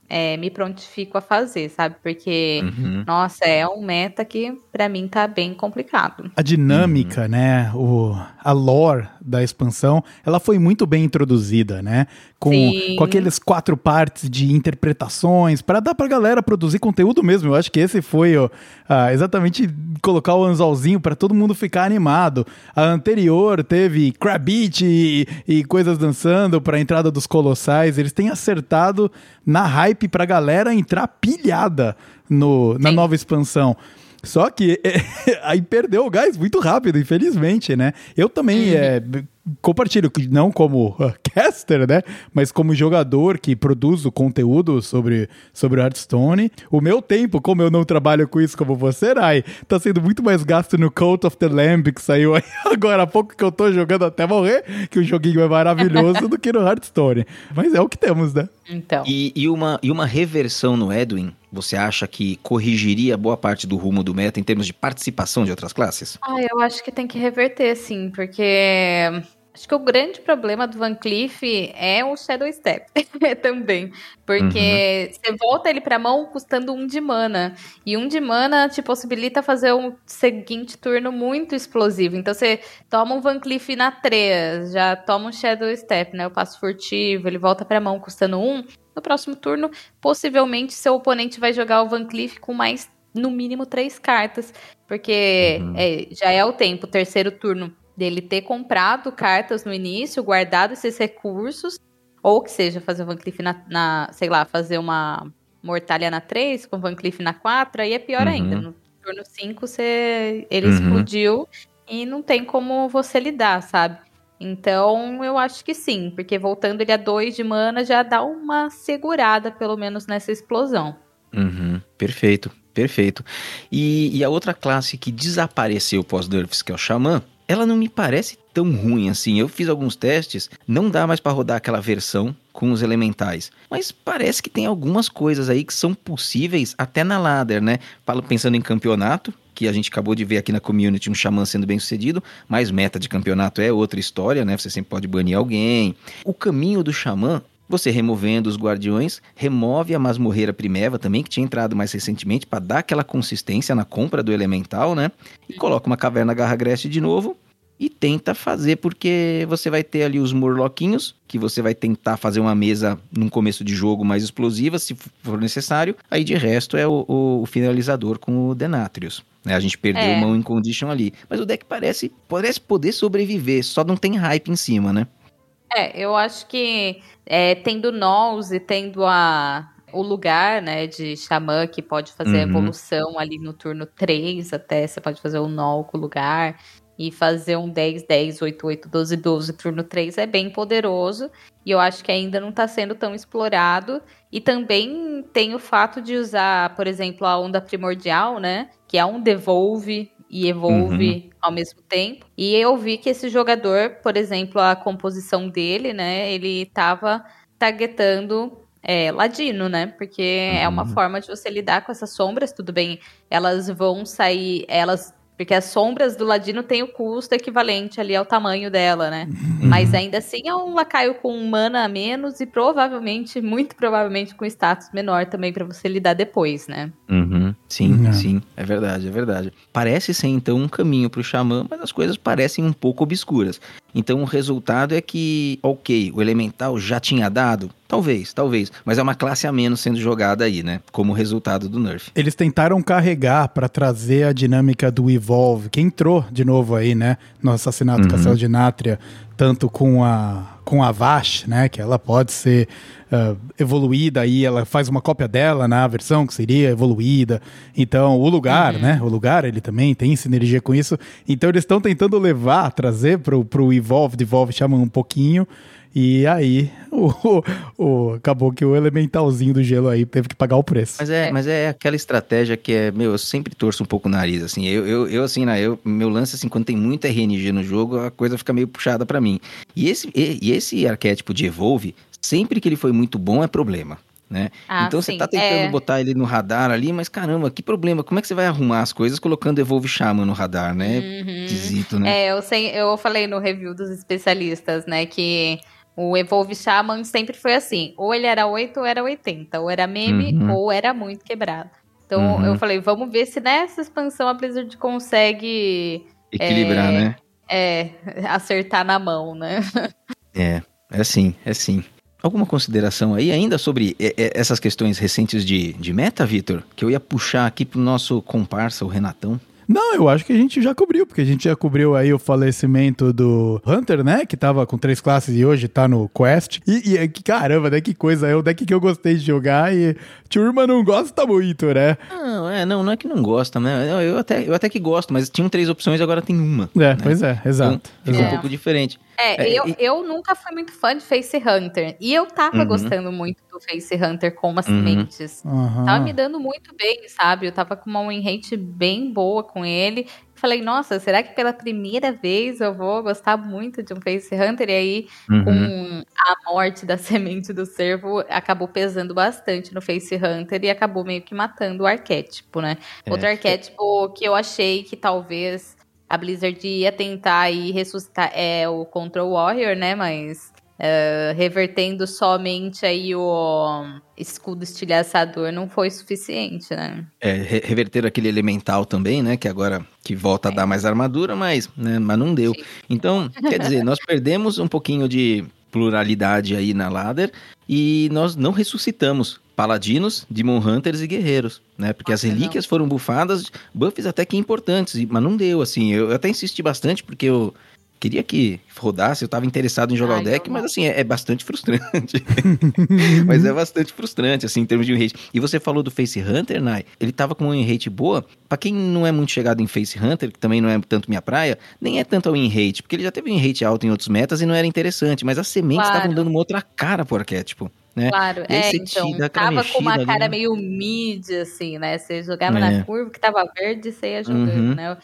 me prontifico a fazer, sabe? Porque, nossa, é um meta que pra mim tá bem complicado. A dinâmica, né, a lore da expansão, ela foi muito bem introduzida, né? Com aqueles 4 partes de interpretações, para dar pra galera produzir conteúdo mesmo. Eu acho que esse foi exatamente colocar o anzolzinho para todo mundo ficar animado. A anterior teve Crabbit e coisas dançando pra entrada dos colossais. Eles têm acertado na hype pra galera entrar pilhada na nova expansão. Só que aí perdeu o gás muito rápido, infelizmente, né? Eu também compartilho, não como caster, né? Mas como jogador que produz o conteúdo sobre o Hearthstone. O meu tempo, como eu não trabalho com isso como você, Rai, tá sendo muito mais gasto no Cult of the Lamb, que saiu aí agora há pouco, que eu tô jogando até morrer, que o joguinho é maravilhoso, do que no Hearthstone. Mas é o que temos, né? Então. E uma reversão no Edwin, você acha que corrigiria boa parte do rumo do meta em termos de participação de outras classes? Eu acho que tem que reverter, sim, porque acho que o grande problema do Van Cleef é o Shadow Step também, porque você volta ele pra mão custando 1 de mana, e 1 de mana te possibilita fazer um seguinte turno muito explosivo. Então você toma um Van Cleef na 3, já toma um Shadow Step, né, o passo furtivo, ele volta pra mão custando 1. No próximo turno, possivelmente seu oponente vai jogar o Van Cleef com mais, no mínimo, 3 cartas, porque já é o tempo, o terceiro turno, dele ter comprado cartas no início, guardado esses recursos, ou que seja, fazer o Van Cleef sei lá, fazer uma Mortalha na 3, com o Van Cleef na 4, aí é pior ainda. No turno 5, ele explodiu e não tem como você lidar, sabe? Então, eu acho que sim, porque voltando ele a 2 de mana já dá uma segurada, pelo menos, nessa explosão. Perfeito. E a outra classe que desapareceu pós-nerfs, que é o Xamã, ela não me parece tão ruim assim. Eu fiz alguns testes, não dá mais pra rodar aquela versão com os elementais. Mas parece que tem algumas coisas aí que são possíveis até na ladder, né? Pensando em campeonato, que a gente acabou de ver aqui na community um Xamã sendo bem sucedido, mas meta de campeonato é outra história, né? Você sempre pode banir alguém. O caminho do Xamã, você removendo os guardiões, remove a masmorreira primeva também, que tinha entrado mais recentemente, para dar aquela consistência na compra do elemental, né? E coloca uma caverna Garra-Greste de novo e tenta fazer, porque você vai ter ali os Murloquinhos, que você vai tentar fazer uma mesa num começo de jogo mais explosiva, se for necessário. Aí de resto é o finalizador com o Denatrius. A gente perdeu uma win condition ali. Mas o deck parece poder sobreviver, só não tem hype em cima, né? Eu acho que tendo nós e tendo o lugar, né, de Xamã, que pode fazer a evolução ali no turno 3 até, você pode fazer o Null com o lugar e fazer um 10, 10, 8, 8, 12, 12 turno 3 é bem poderoso, e eu acho que ainda não está sendo tão explorado. E também tem o fato de usar, por exemplo, a Onda Primordial, né, que é um devolve e evolve ao mesmo tempo. E eu vi que esse jogador, por exemplo, a composição dele, né, ele tava targetando Ladino, né, porque é uma forma de você lidar com essas sombras. Tudo bem, elas vão sair, porque as sombras do Ladino têm o custo equivalente ali ao tamanho dela, né? Mas ainda assim é um lacaio com mana a menos e provavelmente, muito provavelmente, com status menor também pra você lidar depois, né? Sim, é verdade. Parece ser então um caminho pro Xamã, mas as coisas parecem um pouco obscuras. Então o resultado é que, ok, o Elemental já tinha dado? Talvez, mas é uma classe a menos sendo jogada aí, né? Como resultado do nerf. Eles tentaram carregar pra trazer a dinâmica do Evolve, que entrou de novo aí, né? No assassinato do Castelo de Nátria, tanto com a Vash, né? Que ela pode ser evoluída aí, ela faz uma cópia dela na versão que seria evoluída. Então, o lugar, né? O lugar, ele também tem sinergia com isso. Então, eles estão tentando trazer pro Evolve, chama um pouquinho. E aí, acabou que o elementalzinho do gelo aí teve que pagar o preço. Mas é aquela estratégia que eu sempre torço um pouco o nariz, assim. Meu lance, assim, quando tem muito RNG no jogo, a coisa fica meio puxada pra mim. E esse arquétipo de Evolve, sempre que ele foi muito bom, é problema, né? Então sim, você tá tentando botar ele no radar ali, mas caramba, que problema. Como é que você vai arrumar as coisas colocando Evolve Shaman no radar, né? Esquisito, né? Eu falei no review dos especialistas, né, que O Evolve Shaman sempre foi assim, ou ele era 8 ou era 80, ou era meme ou era muito quebrado. Então eu falei, vamos ver se nessa expansão a Blizzard consegue equilibrar, né? Acertar na mão, né? É sim. Alguma consideração aí ainda sobre essas questões recentes de meta, Vitor? Que eu ia puxar aqui pro nosso comparsa, o Renatão. Não, eu acho que a gente já cobriu, porque a gente já cobriu aí o falecimento do Hunter, né? Que tava com 3 classes e hoje tá no Quest. E caramba, né? Que coisa, é o deck que eu gostei de jogar e turma não gosta muito, né? Não é que não gosta, né? Eu até que gosto, mas tinham 3 opções e agora tem uma. Né? Pois é, exato. Então, fica um pouco diferente. Eu nunca fui muito fã de Face Hunter. E eu tava gostando muito do Face Hunter com as sementes. Tava me dando muito bem, sabe? Eu tava com uma win rate bem boa com ele. Falei, nossa, será que pela primeira vez eu vou gostar muito de um Face Hunter? E aí, com a morte da semente do cervo, acabou pesando bastante no Face Hunter e acabou meio que matando o arquétipo, né? Outro arquétipo que eu achei que talvez a Blizzard ia tentar aí ressuscitar é o Control Warrior, né? Mas revertendo somente aí o escudo estilhaçador não foi suficiente, né? Reverter aquele elemental também, né? Que agora que volta a dar mais armadura, mas não deu. Sim. Então, quer dizer, nós perdemos um pouquinho de pluralidade aí na ladder e nós não ressuscitamos paladinos, Demon Hunters e guerreiros, né? Porque as relíquias foram bufadas, buffs até que importantes, mas não deu, assim. Eu até insisti bastante porque eu queria que rodasse, eu tava interessado em jogar o deck, mas assim, é bastante frustrante. Mas é bastante frustrante, assim, em termos de win rate. E você falou do Face Hunter, Nai, ele tava com uma win rate boa. Pra quem não é muito chegado em Face Hunter, que também não é tanto minha praia, nem é tanto a win rate, porque ele já teve win rate alto em outros metas e não era interessante, mas as sementes estavam dando uma outra cara pro arquétipo. Né? Claro, então, tava com uma cara meio mid, assim, né? Você jogava na curva que tava verde e você ia jogando, né?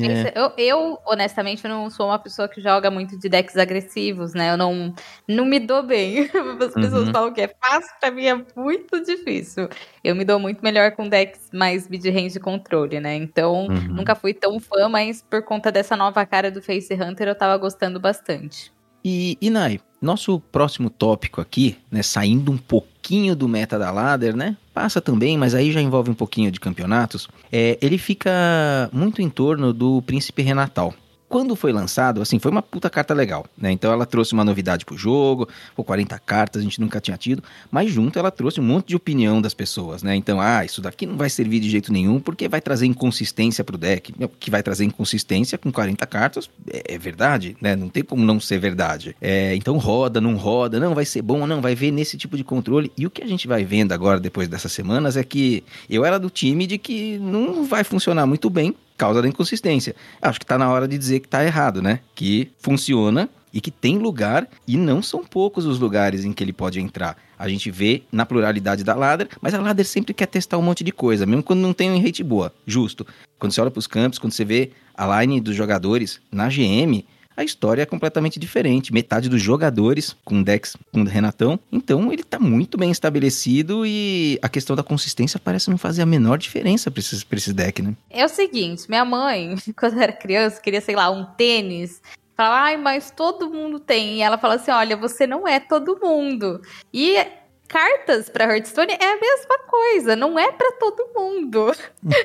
Eu, honestamente, não sou uma pessoa que joga muito de decks agressivos, né? Eu não me dou bem. As pessoas falam que é fácil, pra mim é muito difícil. Eu me dou muito melhor com decks mais mid-range de controle, né? Então, nunca fui tão fã, mas por conta dessa nova cara do Face Hunter, eu tava gostando bastante. E Nai, nosso próximo tópico aqui, né, saindo um pouquinho do meta da ladder, né, passa também, mas aí já envolve um pouquinho de campeonatos, ele fica muito em torno do Príncipe Renatal. Quando foi lançado, assim, foi uma puta carta legal, né? Então ela trouxe uma novidade pro jogo, 40 cartas, a gente nunca tinha tido, mas junto ela trouxe um monte de opinião das pessoas, né? Então, isso daqui não vai servir de jeito nenhum, porque vai trazer inconsistência pro deck. Que vai trazer inconsistência com 40 cartas, é verdade, né? Não tem como não ser verdade. Então roda, não vai ser bom, não, vai ver nesse tipo de controle. E o que a gente vai vendo agora, depois dessas semanas, é que eu era do time de que não vai funcionar muito bem, causa da inconsistência. Acho que tá na hora de dizer que tá errado, né? Que funciona e que tem lugar, e não são poucos os lugares em que ele pode entrar. A gente vê na pluralidade da ladder, mas a ladder sempre quer testar um monte de coisa, mesmo quando não tem um rate boa, justo. Quando você olha pros campos, quando você vê a line dos jogadores na GM, a história é completamente diferente. Metade dos jogadores com decks com Renatão. Então ele tá muito bem estabelecido e a questão da consistência parece não fazer a menor diferença pra esse deck, né? É o seguinte, minha mãe, quando eu era criança, queria, sei lá, um tênis. Falava, mas todo mundo tem. E ela fala assim, olha, você não é todo mundo. E cartas pra Hearthstone é a mesma coisa, não é pra todo mundo.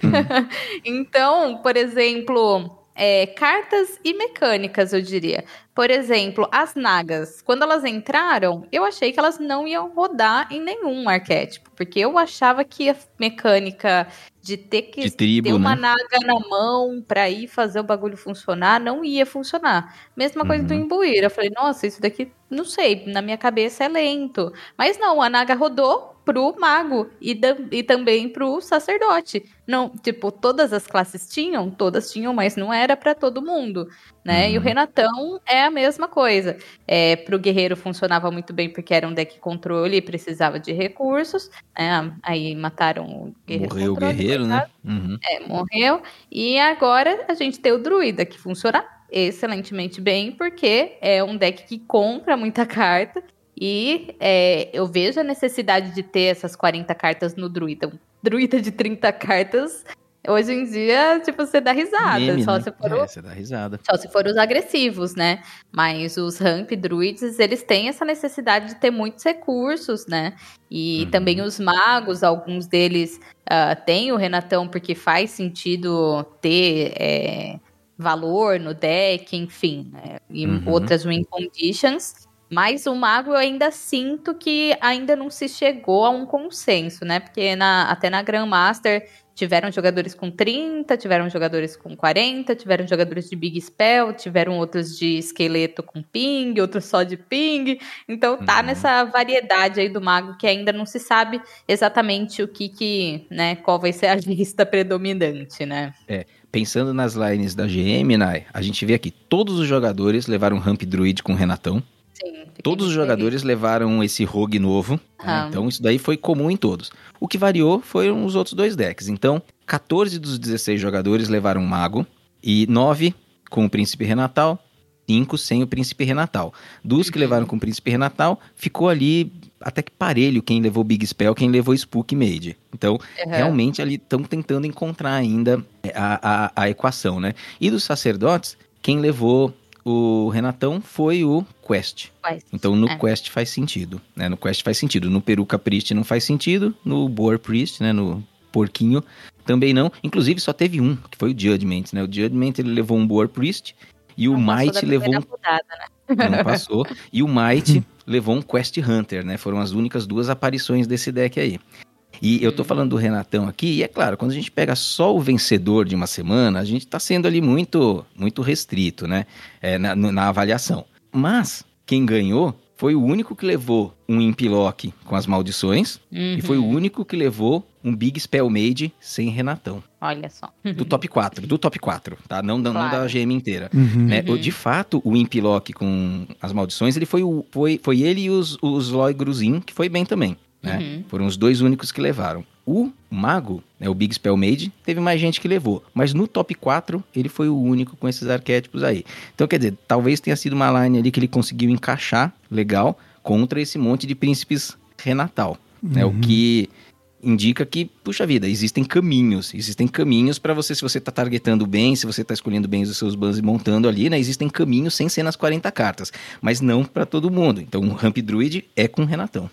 Então, por exemplo... cartas e mecânicas, eu diria. Por exemplo, as Nagas. Quando elas entraram, eu achei que elas não iam rodar em nenhum arquétipo. Porque eu achava que a mecânica de ter que ter uma Naga na mão pra ir fazer o bagulho funcionar, não ia funcionar. Mesma coisa do Imbuir. Eu falei, nossa, isso daqui, não sei, na minha cabeça é lento. Mas não, a Naga rodou pro mago e também pro sacerdote. Não, tipo, todas as classes tinham, mas não era pra todo mundo, né? E o Renatão é a mesma coisa. Pro guerreiro funcionava muito bem porque era um deck controle e precisava de recursos, né? Aí mataram o guerreiro. Morreu controle, o guerreiro, né? Morreu. E agora a gente tem o druida, que funciona excelentemente bem, porque é um deck que compra muita carta. E eu vejo a necessidade de ter essas 40 cartas no druida. Um druida de 30 cartas Hoje em dia, tipo, você dá risada. Meme, só né? se for Você dá risada. Só se for os agressivos, né? Mas os ramp druids, eles têm essa necessidade de ter muitos recursos, né? E também os magos, alguns deles têm o Renatão porque faz sentido ter valor no deck, enfim. Né? E outras win conditions. Mas o mago eu ainda sinto que ainda não se chegou a um consenso, né? Porque até na Grandmaster tiveram jogadores com 30, tiveram jogadores com 40, tiveram jogadores de Big Spell, tiveram outros de esqueleto com ping, outros só de ping. Então tá nessa variedade aí do mago que ainda não se sabe exatamente o né, qual vai ser a lista predominante, né? Pensando nas lines da GM, Nai, a gente vê aqui, todos os jogadores levaram Ramp Druid com Renatão. Sim, Todos os jogadores levaram esse rogue novo, né? Então isso daí foi comum em todos. O que variou foram os outros 2 decks. Então, 14 dos 16 jogadores levaram mago, e 9 com o Príncipe Renatal, 5 sem o Príncipe Renatal. Dos que levaram com o Príncipe Renatal, ficou ali até que parelho quem levou Big Spell, quem levou Spook Mage. Então, realmente ali estão tentando encontrar ainda a equação, né? E dos sacerdotes, quem levou o Renatão foi o Quest. Então no Quest faz sentido, né? No Quest faz sentido. No Peruca Priest não faz sentido. No Boar Priest, né? No Porquinho também não. Inclusive só teve um, que foi o Judgment, né? O Judgment ele levou um Boar Priest e o Might levou não passou. E o Might levou um Quest Hunter, né? Foram as únicas 2 aparições desse deck aí. E eu tô falando do Renatão aqui, e é claro, quando a gente pega só o vencedor de uma semana, a gente tá sendo ali muito, muito restrito, né? Na avaliação. Mas, quem ganhou foi o único que levou um Impilock com as maldições, e foi o único que levou um Big Spell Mage sem Renatão. Olha só. Do top 4, tá? Não da GM inteira. Né? De fato, o Impilock com as maldições, ele foi ele e os Loi Gruzin, que foi bem também. Né? Foram os 2 únicos que levaram. O mago, né, o Big Spell Mage, teve mais gente que levou. Mas no top 4, ele foi o único com esses arquétipos aí. Então, quer dizer, talvez tenha sido uma line ali que ele conseguiu encaixar legal contra esse monte de príncipes Renatal. Né? O que indica que, puxa vida, existem caminhos para você, se você tá targetando bem, se você tá escolhendo bem os seus bans e montando ali, né? Existem caminhos sem ser nas 40 cartas. Mas não para todo mundo. Então, o Ramp Druid é com Renatão.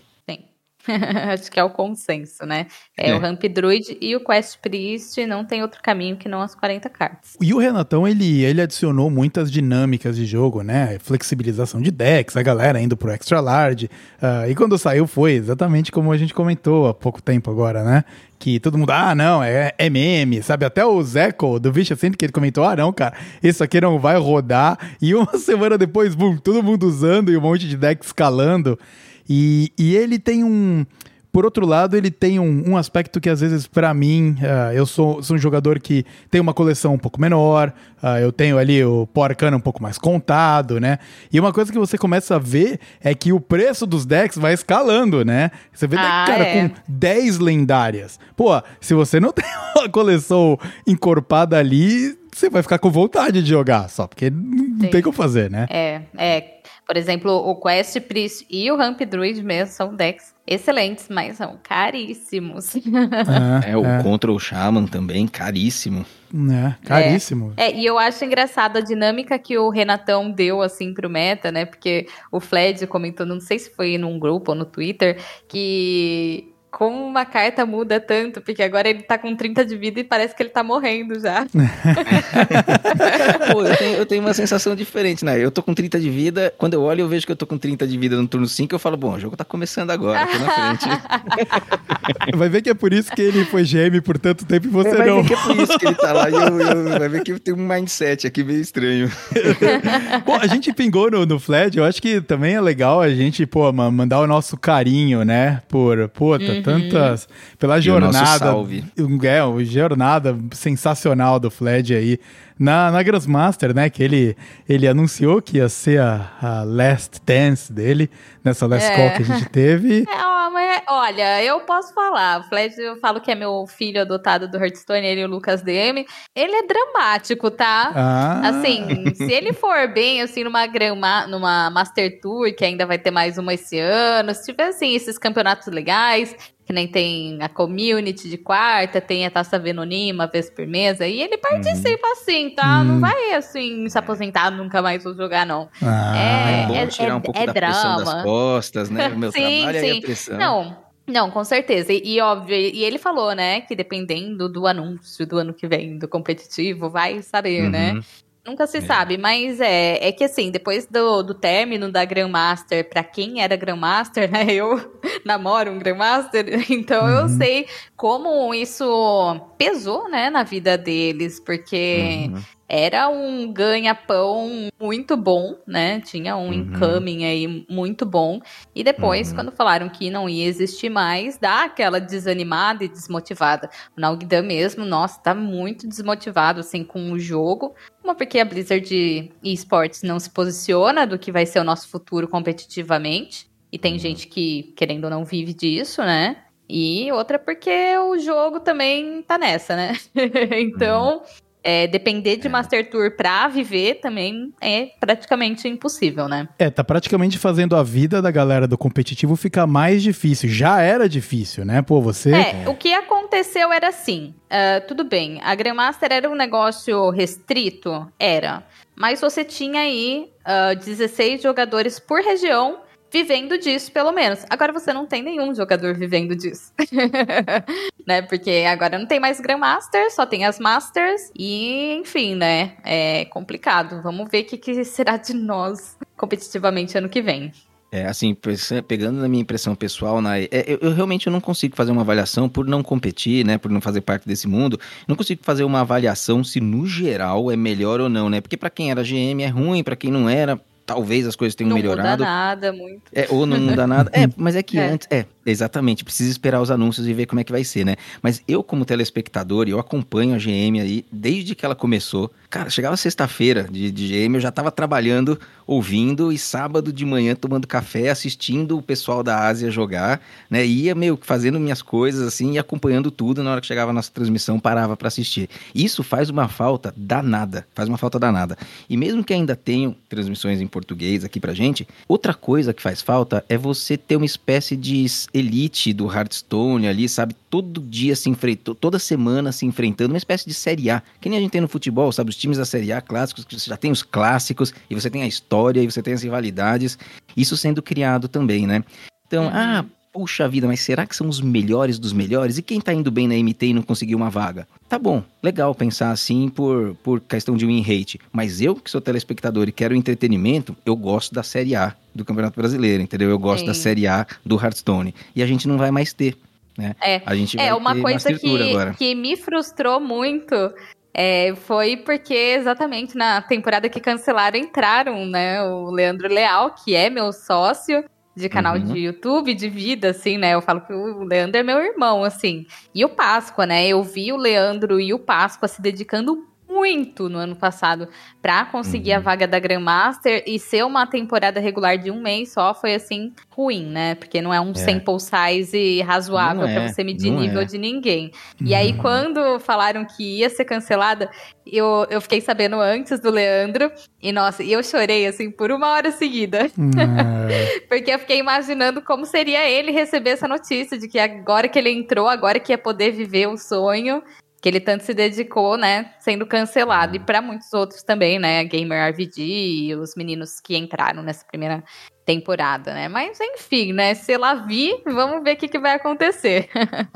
Acho que é o consenso, né? O Ramp Druid e o Quest Priest não tem outro caminho que não as 40 cartas. E o Renatão, ele adicionou muitas dinâmicas de jogo, né? Flexibilização de decks, a galera indo pro Extra Large. E quando saiu foi exatamente como a gente comentou há pouco tempo agora, né? Que todo mundo, não, é meme, sabe? Até o Zeco do Vicious Syndicate comentou, não, cara, isso aqui não vai rodar. E uma semana depois, boom, todo mundo usando e um monte de deck escalando. E ele tem por outro lado, ele tem um aspecto que às vezes, pra mim, eu sou um jogador que tem uma coleção um pouco menor, eu tenho ali o Pó Arcana um pouco mais contado, né? E uma coisa que você começa a ver é que o preço dos decks vai escalando, né? Você vê com 10 lendárias. Pô, se você não tem uma coleção encorpada ali, você vai ficar com vontade de jogar, só porque não tem como fazer, né? Por exemplo, o Quest Priest e o Ramp Druid mesmo são decks excelentes, mas são caríssimos. O Control Shaman também, caríssimo. Caríssimo. E eu acho engraçado a dinâmica que o Renatão deu, assim, pro meta, né? Porque o Fled comentou, não sei se foi num grupo ou no Twitter, que como uma carta muda tanto, porque agora ele tá com 30 de vida e parece que ele tá morrendo já. Pô, eu tenho uma sensação diferente, né? Eu tô com 30 de vida, quando eu olho eu vejo que eu tô com 30 de vida no turno 5, eu falo, bom, o jogo tá começando agora, tô na frente. Vai ver que é por isso que ele foi GM por tanto tempo e você vai não. Vai ver que é por isso que ele tá lá, vai ver que eu tenho um mindset aqui meio estranho. Bom, a gente pingou no Fled, eu acho que também é legal a gente, mandar o nosso carinho, né, pela jornada, jornada sensacional do Fled aí na Grandmaster, né, que ele anunciou que ia ser a last dance dele, nessa last call que a gente teve. Mas, olha, eu posso falar, o Fled, eu falo que é meu filho adotado do Hearthstone, ele e o Lucas DM, ele é dramático, tá? Assim, se ele for bem, assim, numa Master Tour, que ainda vai ter mais uma esse ano, se tiver, assim, esses campeonatos legais, que nem tem a community de quarta, tem a Taça Venoni uma vez por mês, e ele participa assim, tá? Não vai, assim, se aposentar, nunca mais vou jogar, não. É bom tirar um pouco da pressão das costas, né? O meu trabalho é a pressão. Não, com certeza. E óbvio, e ele falou, né, que dependendo do anúncio do ano que vem, do competitivo, vai saber, né? Nunca se sabe, mas é que assim, depois do término da Grandmaster, pra quem era Grandmaster, né, eu namoro um Grandmaster, então eu sei como isso pesou, né, na vida deles, porque era um ganha-pão muito bom, né, tinha um incoming aí muito bom, e depois, quando falaram que não ia existir mais, dá aquela desanimada e desmotivada. O Naugdan mesmo, nossa, tá muito desmotivado, assim, com o jogo, uma porque a Blizzard eSports não se posiciona do que vai ser o nosso futuro competitivamente, e tem gente que, querendo ou não, vive disso, né? E outra porque o jogo também tá nessa, né? Então, depender de Master Tour pra viver também é praticamente impossível, né? Tá praticamente fazendo a vida da galera do competitivo ficar mais difícil. Já era difícil, né? Pô, você... O que aconteceu era assim, tudo bem, a Grandmaster era um negócio restrito? Era. Mas você tinha aí 16 jogadores por região vivendo disso, pelo menos. Agora você não tem nenhum jogador vivendo disso. Né? Porque agora não tem mais Grandmaster, só tem as Masters. E, enfim, né? É complicado. Vamos ver o que será de nós competitivamente ano que vem. Assim, pegando na minha impressão pessoal, eu realmente não consigo fazer uma avaliação por não competir, né, por não fazer parte desse mundo, não consigo fazer uma avaliação se no geral é melhor ou não, né, porque pra quem era GM é ruim, pra quem não era, talvez as coisas tenham melhorado. Não muda nada muito. Ou não muda nada. Mas é que antes... exatamente. Precisa esperar os anúncios e ver como é que vai ser, né? Mas eu, como telespectador, eu acompanho a GM aí desde que ela começou. Cara, chegava sexta-feira de GM, eu já tava trabalhando, ouvindo, e sábado de manhã tomando café, assistindo o pessoal da Ásia jogar, né? Ia meio que fazendo minhas coisas, assim, e acompanhando tudo. Na hora que chegava a nossa transmissão, parava pra assistir. Isso faz uma falta danada. E mesmo que ainda tenham transmissões em português aqui pra gente, outra coisa que faz falta é você ter uma espécie de elite do Hearthstone ali, sabe? Todo dia se enfrentou, toda semana se enfrentando, uma espécie de Série A. Que nem a gente tem no futebol, sabe? Os times da Série A clássicos, que você já tem os clássicos, e você tem a história, e você tem as rivalidades. Isso sendo criado também, né? Então, puxa vida, mas será que são os melhores dos melhores? E quem tá indo bem na MT e não conseguiu uma vaga? Tá bom, legal pensar assim por questão de win rate. Mas eu, que sou telespectador e quero entretenimento, eu gosto da Série A do Campeonato Brasileiro, entendeu? Eu gosto da Série A do Hearthstone. E a gente não vai mais ter, né? A gente vai uma ter coisa agora. que me frustrou muito foi porque exatamente na temporada que cancelaram, entraram, né? O Leandro Leal, que é meu sócio de canal de YouTube, de vida, assim, né? Eu falo que o Leandro é meu irmão, assim. E o Páscoa, né? Eu vi o Leandro e o Páscoa se dedicando muito no ano passado pra conseguir a vaga da Grandmaster, e ser uma temporada regular de um mês só foi, assim, ruim, né? Porque não é um sample size razoável pra você medir nível de ninguém. E aí, quando falaram que ia ser cancelada, eu fiquei sabendo antes do Leandro, e nossa, eu chorei, assim, por 1 hora seguida. Porque eu fiquei imaginando como seria ele receber essa notícia de que agora que ele entrou, agora que ia poder viver o sonho que ele tanto se dedicou, né, sendo cancelado. E para muitos outros também, né, a Gamer RVD e os meninos que entraram nessa primeira temporada, né. Mas, enfim, né, se lá vi, vamos ver o que vai acontecer.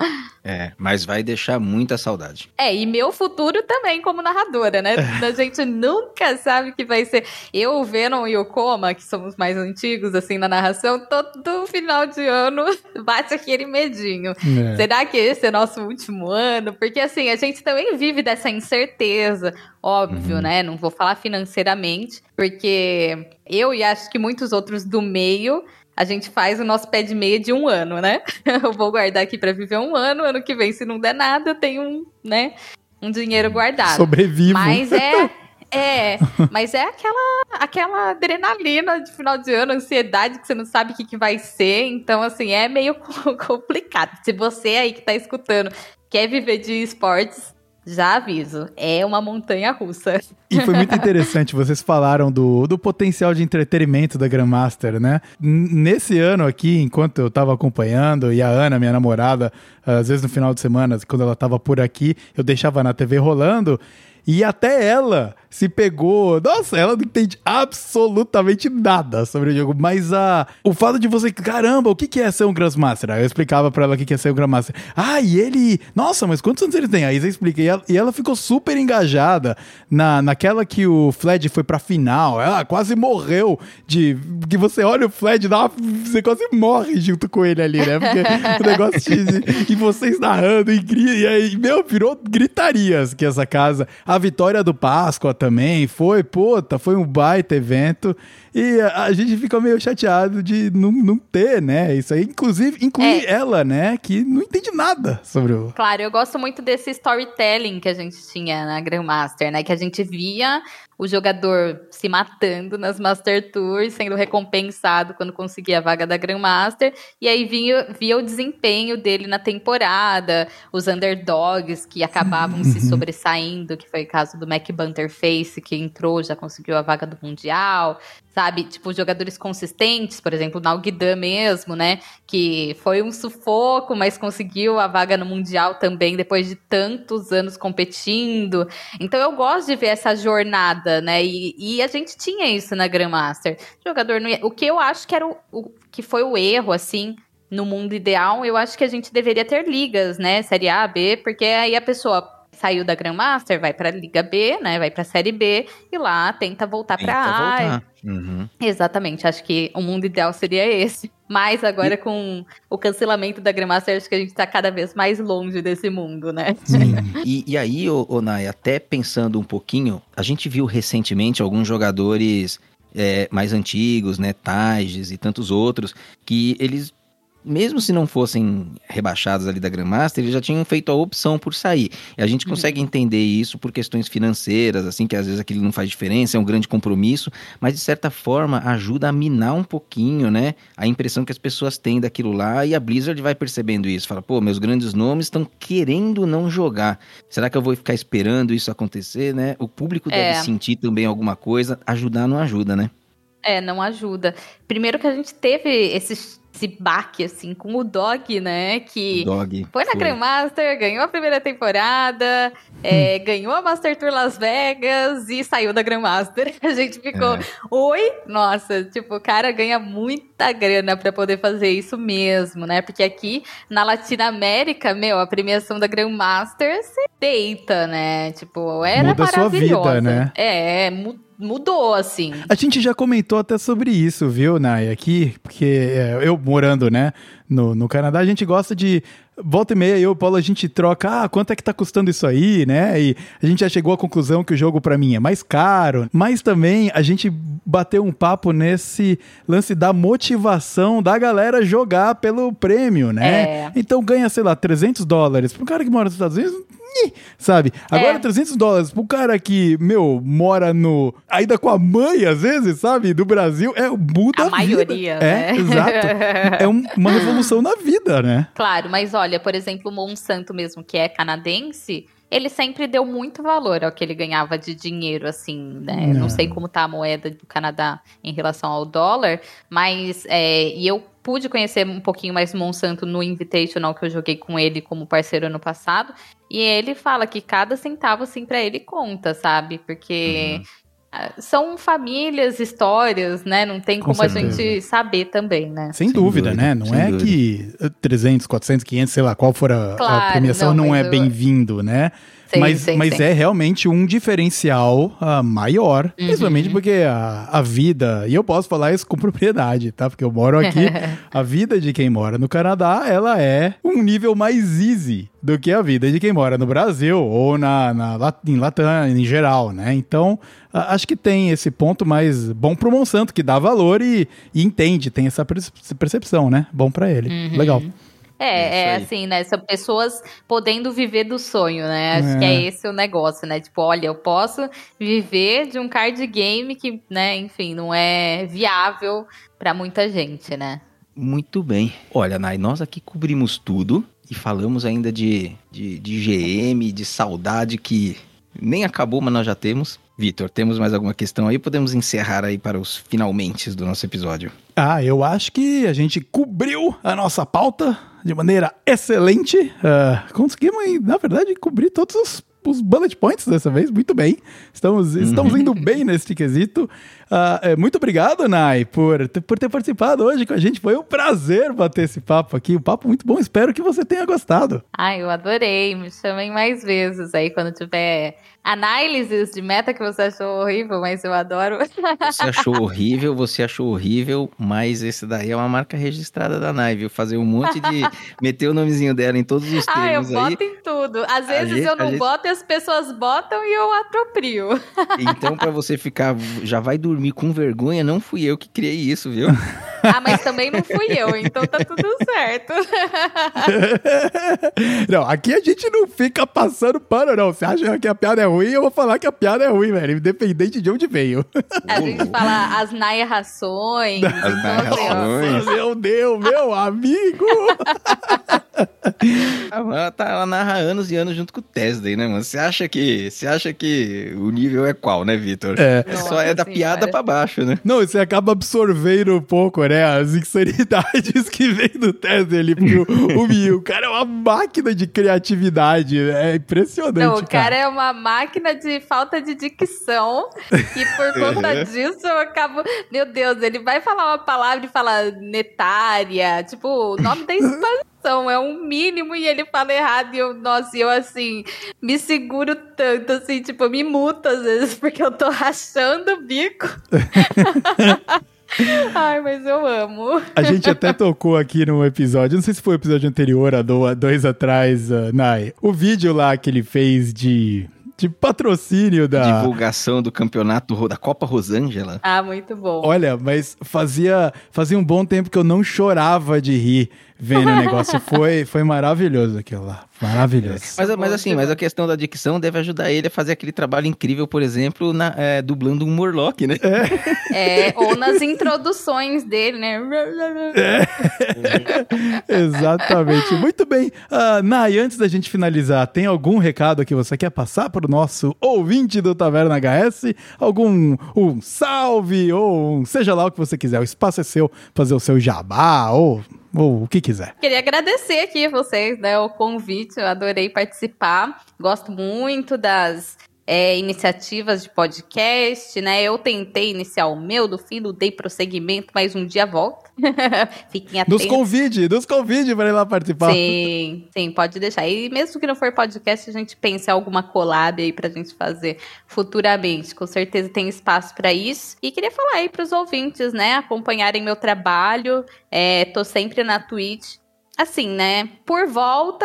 Mas vai deixar muita saudade. E meu futuro também como narradora, né. A gente nunca sabe o que vai ser. Eu, o Venom e o Koma, que somos mais antigos, assim, na narração, todo final de ano bate aquele medinho. Será que esse é nosso último ano? Porque, assim, a gente também vive dessa incerteza, óbvio, né? Não vou falar financeiramente, porque eu e acho que muitos outros do meio, a gente faz o nosso pé de meia de 1 ano, né? Eu vou guardar aqui pra viver 1 ano, ano que vem, se não der nada, eu tenho um dinheiro guardado. Sobrevivo. Mas mas é aquela adrenalina de final de ano, ansiedade que você não sabe o que vai ser. Então, assim, é meio complicado. Se você aí que tá escutando quer viver de esportes, já aviso, é uma montanha russa. E foi muito interessante, vocês falaram do potencial de entretenimento da Grandmaster, né? Nesse ano aqui, enquanto eu tava acompanhando, e a Ana, minha namorada, às vezes no final de semana, quando ela tava por aqui, eu deixava na TV rolando, e até ela se pegou... Nossa, ela não entende absolutamente nada sobre o jogo, mas o fato de você... Caramba, o que é ser um Grandmaster? Aí eu explicava pra ela o que é ser um Grandmaster. E ele... Nossa, mas quantos anos ele tem? Aí você explica. E ela ficou super engajada naquela que o Fled foi pra final. Ela quase morreu de... Que você olha o Fled, você quase morre junto com ele ali, né? Porque o negócio e vocês narrando e aí, virou gritarias que essa casa... A vitória do Páscoa também foi um baita evento e a gente ficou meio chateado de não ter, né, isso aí, inclusive inclui ela, né, que não entende nada sobre o... Claro, eu gosto muito desse storytelling que a gente tinha na Grandmaster, né, que a gente via o jogador se matando nas Master Tours, sendo recompensado quando conseguia a vaga da Grandmaster, e aí via o desempenho dele na temporada, os underdogs que acabavam se sobressaindo, que foi o caso do Mac Butterface, que entrou, já conseguiu a vaga do Mundial, sabe? Tipo, jogadores consistentes, por exemplo, o Nalguidan mesmo, né? Que foi um sufoco, mas conseguiu a vaga no Mundial também, depois de tantos anos competindo. Então, eu gosto de ver essa jornada, né? E a gente tinha isso na Grandmaster. O jogador não ia... O que eu acho que era o que foi o erro, assim... No mundo ideal, eu acho que a gente deveria ter ligas, né? Série A, B, porque aí a pessoa saiu da Grandmaster, vai pra Liga B, né? Vai pra Série B e lá tenta voltar pra A. Uhum. Exatamente, acho que o mundo ideal seria esse. Mas agora com o cancelamento da Grandmaster, acho que a gente tá cada vez mais longe desse mundo, né? E aí, Nai, até pensando um pouquinho, a gente viu recentemente alguns jogadores mais antigos, né? Tages e tantos outros, que eles... Mesmo se não fossem rebaixados ali da Grandmaster, eles já tinham feito a opção por sair. E a gente consegue entender isso por questões financeiras, assim, que às vezes aquilo não faz diferença, é um grande compromisso, mas de certa forma ajuda a minar um pouquinho, né, a impressão que as pessoas têm daquilo lá, e a Blizzard vai percebendo isso. Fala, meus grandes nomes estão querendo não jogar. Será que eu vou ficar esperando isso acontecer, né? O público deve sentir também alguma coisa. Ajudar não ajuda, né? Não ajuda. Primeiro que a gente teve esse baque, assim, com o Dog, né? Que foi na Grandmaster, ganhou a primeira temporada, ganhou a Master Tour Las Vegas e saiu da Grandmaster. A gente ficou, nossa, tipo, o cara ganha muita grana pra poder fazer isso mesmo, né? Porque aqui na Latinoamérica, a premiação da Grandmaster se deita, né? Tipo, era muda maravilhosa. Sua vida, né? Mudou, assim. A gente já comentou até sobre isso, viu, Nai, aqui, porque eu morando, né, no Canadá, a gente gosta de... Volta e meia, eu e o Paulo, a gente troca, quanto é que tá custando isso aí, né? E a gente já chegou à conclusão que o jogo pra mim é mais caro, mas também a gente bateu um papo nesse lance da motivação da galera jogar pelo prêmio, né? Então ganha, sei lá, $300 pra um cara que mora nos Estados Unidos, sabe? Agora $300 pro cara que, mora ainda com a mãe, às vezes, sabe? Do Brasil, muda a vida. A maioria, né? Exato. É uma revolução na vida, né? Claro, mas olha, por exemplo, o Monsanto mesmo, que é canadense, ele sempre deu muito valor ao que ele ganhava de dinheiro, assim, né? Não sei como tá a moeda do Canadá em relação ao dólar, mas e eu pude conhecer um pouquinho mais do Monsanto no Invitational que eu joguei com ele como parceiro ano passado, e ele fala que cada centavo, assim, pra ele conta, sabe? Porque são famílias, histórias, né? Não tem como a gente saber também, né? Sem dúvida, né? Não é que 300, 400, 500, sei lá, qual for a premiação, não é bem-vindo, né? Mas é realmente um diferencial maior, principalmente porque a vida, e eu posso falar isso com propriedade, tá? Porque eu moro aqui, a vida de quem mora no Canadá, ela é um nível mais easy do que a vida de quem mora no Brasil ou em Latam, em geral, né? Então, acho que tem esse ponto mais bom pro Monsanto, que dá valor e entende, tem essa percepção, né? Bom pra ele. Legal. Assim, né? São pessoas podendo viver do sonho, né? Acho que é esse o negócio, né? Tipo, olha, eu posso viver de um card game que, né, enfim, não é viável pra muita gente, né? Muito bem. Olha, Nai, nós aqui cobrimos tudo. e falamos ainda de GM, de saudade que nem acabou, mas nós já temos. Vitor, temos mais alguma questão aí? Podemos encerrar aí para os finalmente do nosso episódio. Eu acho que a gente cobriu a nossa pauta de maneira excelente. Conseguimos, na verdade, cobrir todos os bullet points dessa vez, muito bem. Estamos indo bem nesse quesito. Muito obrigado, Nai, por ter participado hoje com a gente. Foi um prazer bater esse papo aqui. Um papo muito bom, espero que você tenha gostado. Eu adorei. Me chamem mais vezes aí quando tiver análises de meta que você achou horrível, mas eu adoro. Você achou horrível, mas esse daí é uma marca registrada da Nai, viu? Fazer um monte de... meter o nomezinho dela em todos os termos aí. Eu boto em tudo. Às vezes eu não boto e as pessoas botam e eu aproprio. Então, pra você ficar... já vai dormir com vergonha, não fui eu que criei isso, viu? Mas também não fui eu, então tá tudo certo. Não, aqui a gente não fica passando pano, não. Você acha que a piada é ruim, eu vou falar que a piada é ruim, velho. Independente de onde veio. A gente fala as narrações. As narrações. Meu Deus, meu amigo! Ela narra anos e anos junto com o Tesday, né, mano? Você acha que o nível é qual, né, Vitor? Só é da piada pra baixo, né? Não, você acaba absorvendo um pouco, né, as insanidades que vem do Tesday ali, porque o cara é uma máquina de criatividade, é impressionante, não, o cara é uma máquina de falta de dicção, e por conta disso eu acabo, meu Deus, ele vai falar uma palavra e fala netária, tipo, o nome da expansão é um mínimo e ele fala errado e eu assim, me seguro tanto, assim, tipo, eu me muto às vezes porque eu tô rachando o bico. Mas eu amo. A gente até tocou aqui no episódio, não sei se foi o episódio anterior, há 2 atrás, Nai, o vídeo lá que ele fez de patrocínio da... divulgação do campeonato da Copa Rosângela. Muito bom. Olha, mas fazia um bom tempo que eu não chorava de rir vendo o negócio. Foi maravilhoso aquilo lá. Maravilhoso. Mas a questão da dicção deve ajudar ele a fazer aquele trabalho incrível, por exemplo, dublando um Murloc, né? Ou nas introduções dele, né? Exatamente. Muito bem. Nai, antes da gente finalizar, tem algum recado que você quer passar para o nosso ouvinte do Taverna HS? Um salve ou seja lá o que você quiser. O espaço é seu, fazer o seu jabá ou o que quiser. Queria agradecer aqui a vocês, né, o convite, eu adorei participar, gosto muito das iniciativas de podcast, né, eu tentei iniciar o meu, do filho, dei prosseguimento, mas um dia volta. Fiquem atentos. Nos convide para ir lá participar. Sim, pode deixar. E mesmo que não for podcast, a gente pensa em alguma collab aí pra gente fazer futuramente. Com certeza tem espaço para isso. E queria falar aí pros ouvintes, né, acompanharem meu trabalho. Tô sempre na Twitch. Assim, né, por volta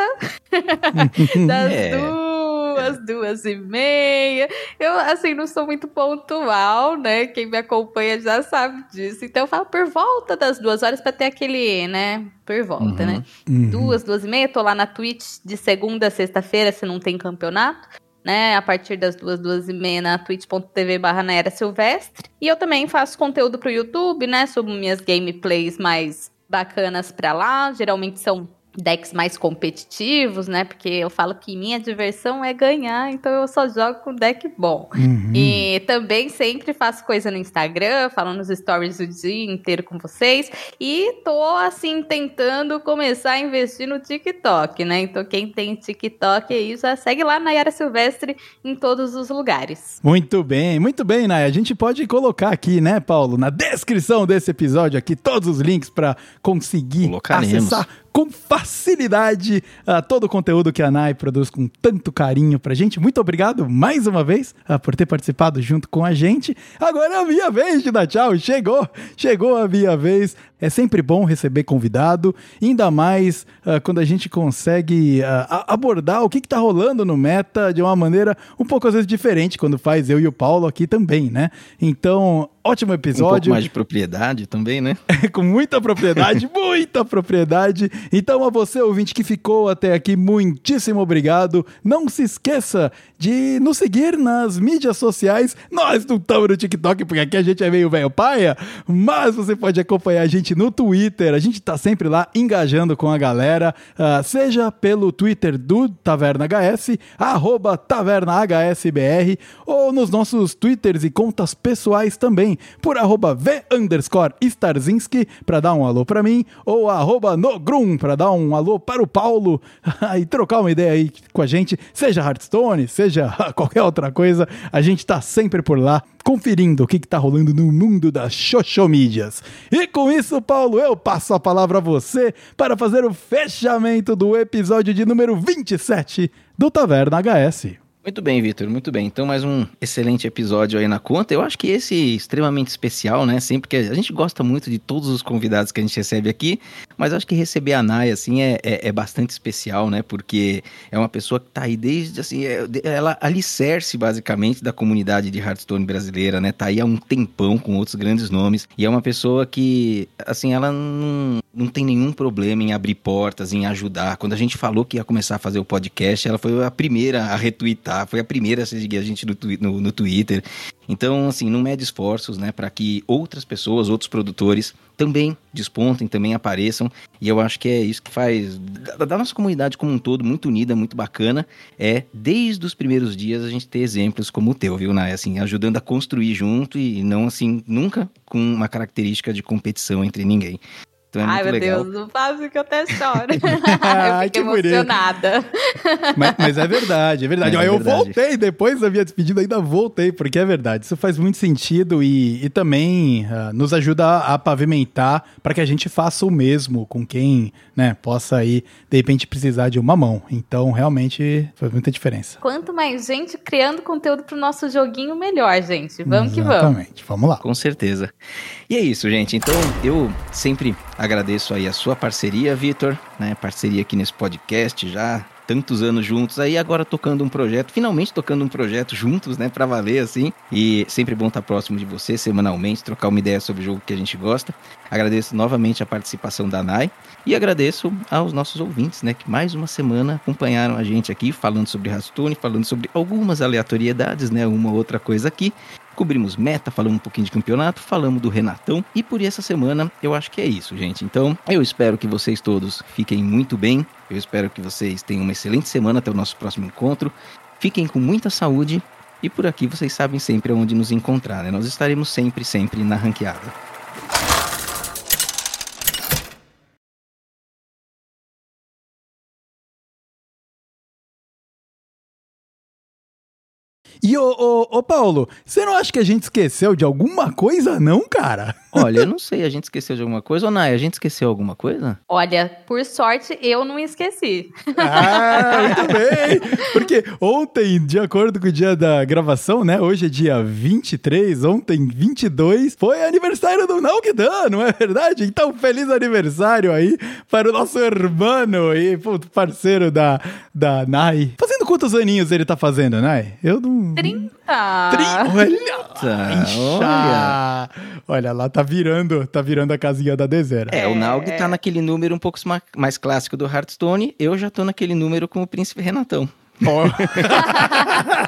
das 2h30. Eu, assim, não sou muito pontual, né? Quem me acompanha já sabe disso. Então eu falo por volta das 2 horas pra ter aquele, né? Por volta, né? 2h30, tô lá na Twitch de segunda a sexta-feira, se não tem campeonato. Né, a partir das 2h30 na twitch.tv/Nayara Silvestre. E eu também faço conteúdo pro YouTube, né? Sobre minhas gameplays mais bacanas pra lá. Geralmente são decks mais competitivos, né? Porque eu falo que minha diversão é ganhar, então eu só jogo com deck bom. E também sempre faço coisa no Instagram, falando nos stories o dia inteiro com vocês. E tô, assim, tentando começar a investir no TikTok, né? Então quem tem TikTok aí já segue lá Nayara Silvestre em todos os lugares. Muito bem, Naya. A gente pode colocar aqui, né, Paulo, na descrição desse episódio aqui, todos os links para conseguir acessar com facilidade todo o conteúdo que a Nai produz com tanto carinho pra gente. Muito obrigado mais uma vez por ter participado junto com a gente. Agora é a minha vez de dar tchau. Chegou a minha vez. É sempre bom receber convidado, ainda mais quando a gente consegue abordar o que tá rolando no meta de uma maneira um pouco às vezes diferente, quando faz eu e o Paulo aqui também, né? Então, ótimo Um pouco episódio. mais de propriedade também, né? Com muita propriedade, muita propriedade. Então, a você, ouvinte, que ficou até aqui, muitíssimo obrigado. Não se esqueça de nos seguir nas mídias sociais. Nós não estamos no TikTok, porque aqui a gente é meio velho paia, mas você pode acompanhar a gente no Twitter. A gente tá sempre lá engajando com a galera, seja pelo Twitter do Taverna HS, @TavernaHSBR, ou nos nossos Twitters e contas pessoais também, por @V_Starzinski, pra dar um alô pra mim, ou @Nogrum, pra dar um alô para o Paulo, e trocar uma ideia aí com a gente, seja Hearthstone, seja qualquer outra coisa, a gente tá sempre por lá, conferindo o que tá rolando no mundo das xoxomídias. E com isso, Paulo, eu passo a palavra a você para fazer o fechamento do episódio de número 27 do Taverna HS. Muito bem, Vitor, muito bem. Então, mais um excelente episódio aí na conta. Eu acho que esse é extremamente especial, né? Sempre que a gente gosta muito de todos os convidados que a gente recebe aqui, mas acho que receber a Nay, assim, é bastante especial, né? Porque é uma pessoa que tá aí desde, assim, ela alicerce, basicamente, da comunidade de Hearthstone brasileira, né? Tá aí há um tempão com outros grandes nomes. E é uma pessoa que, assim, ela não tem nenhum problema em abrir portas, em ajudar. Quando a gente falou que ia começar a fazer o podcast, ela foi a primeira a retweetar, foi a primeira a seguir a gente no Twitter. Então, assim, não mede esforços, né, para que outras pessoas, outros produtores também despontem, também apareçam. E eu acho que é isso que faz da nossa comunidade como um todo muito unida, muito bacana. Desde os primeiros dias a gente ter exemplos como o teu, viu, Nay? Assim, ajudando a construir junto e não, assim, nunca com uma característica de competição entre ninguém. Então é muito legal. Ai, meu Deus, não faço que eu até choro. Eu Que fico emocionada. Mas é verdade, é verdade. Eu voltei, depois da minha despedida ainda voltei, porque é verdade. Isso faz muito sentido e também nos ajuda a pavimentar para que a gente faça o mesmo com quem, né, possa aí, de repente, precisar de uma mão. Então, realmente, faz muita diferença. Quanto mais gente criando conteúdo pro nosso joguinho, melhor, gente. Vamos que vamos. Exatamente, vamos lá. Com certeza. E é isso, gente. Então, eu sempre agradeço aí a sua parceria, Vitor, né? Parceria aqui nesse podcast já, tantos anos juntos aí, agora tocando um projeto, finalmente tocando um projeto juntos, né? Pra valer, assim. E sempre bom estar próximo de você, semanalmente, trocar uma ideia sobre o jogo que a gente gosta. Agradeço novamente a participação da Nay e agradeço aos nossos ouvintes, né? Que mais uma semana acompanharam a gente aqui, falando sobre Hearthstone, falando sobre algumas aleatoriedades, né? Uma outra coisa aqui. Cobrimos meta, falamos um pouquinho de campeonato, falamos do Renatão e por essa semana eu acho que é isso, gente. Então eu espero que vocês todos fiquem muito bem, eu espero que vocês tenham uma excelente semana até o nosso próximo encontro, fiquem com muita saúde e por aqui vocês sabem sempre onde nos encontrar, né? Nós estaremos sempre na ranqueada. E, ô Paulo, você não acha que a gente esqueceu de alguma coisa, não, cara? Olha, eu não sei, a gente esqueceu de alguma coisa? Ô, Nay, a gente esqueceu alguma coisa? Olha, por sorte, eu não esqueci. Muito bem! Porque ontem, de acordo com o dia da gravação, né? Hoje é dia 23, ontem 22, foi aniversário do Nalgdan, não é verdade? Então, feliz aniversário aí para o nosso irmão e parceiro da Nay. Fazendo quantos aninhos ele tá fazendo, Nay? Eu não... 30! Olha lá, tá virando a casinha da Dezera. O Naug tá naquele número um pouco mais clássico do Hearthstone, eu já tô naquele número com o Príncipe Renatão.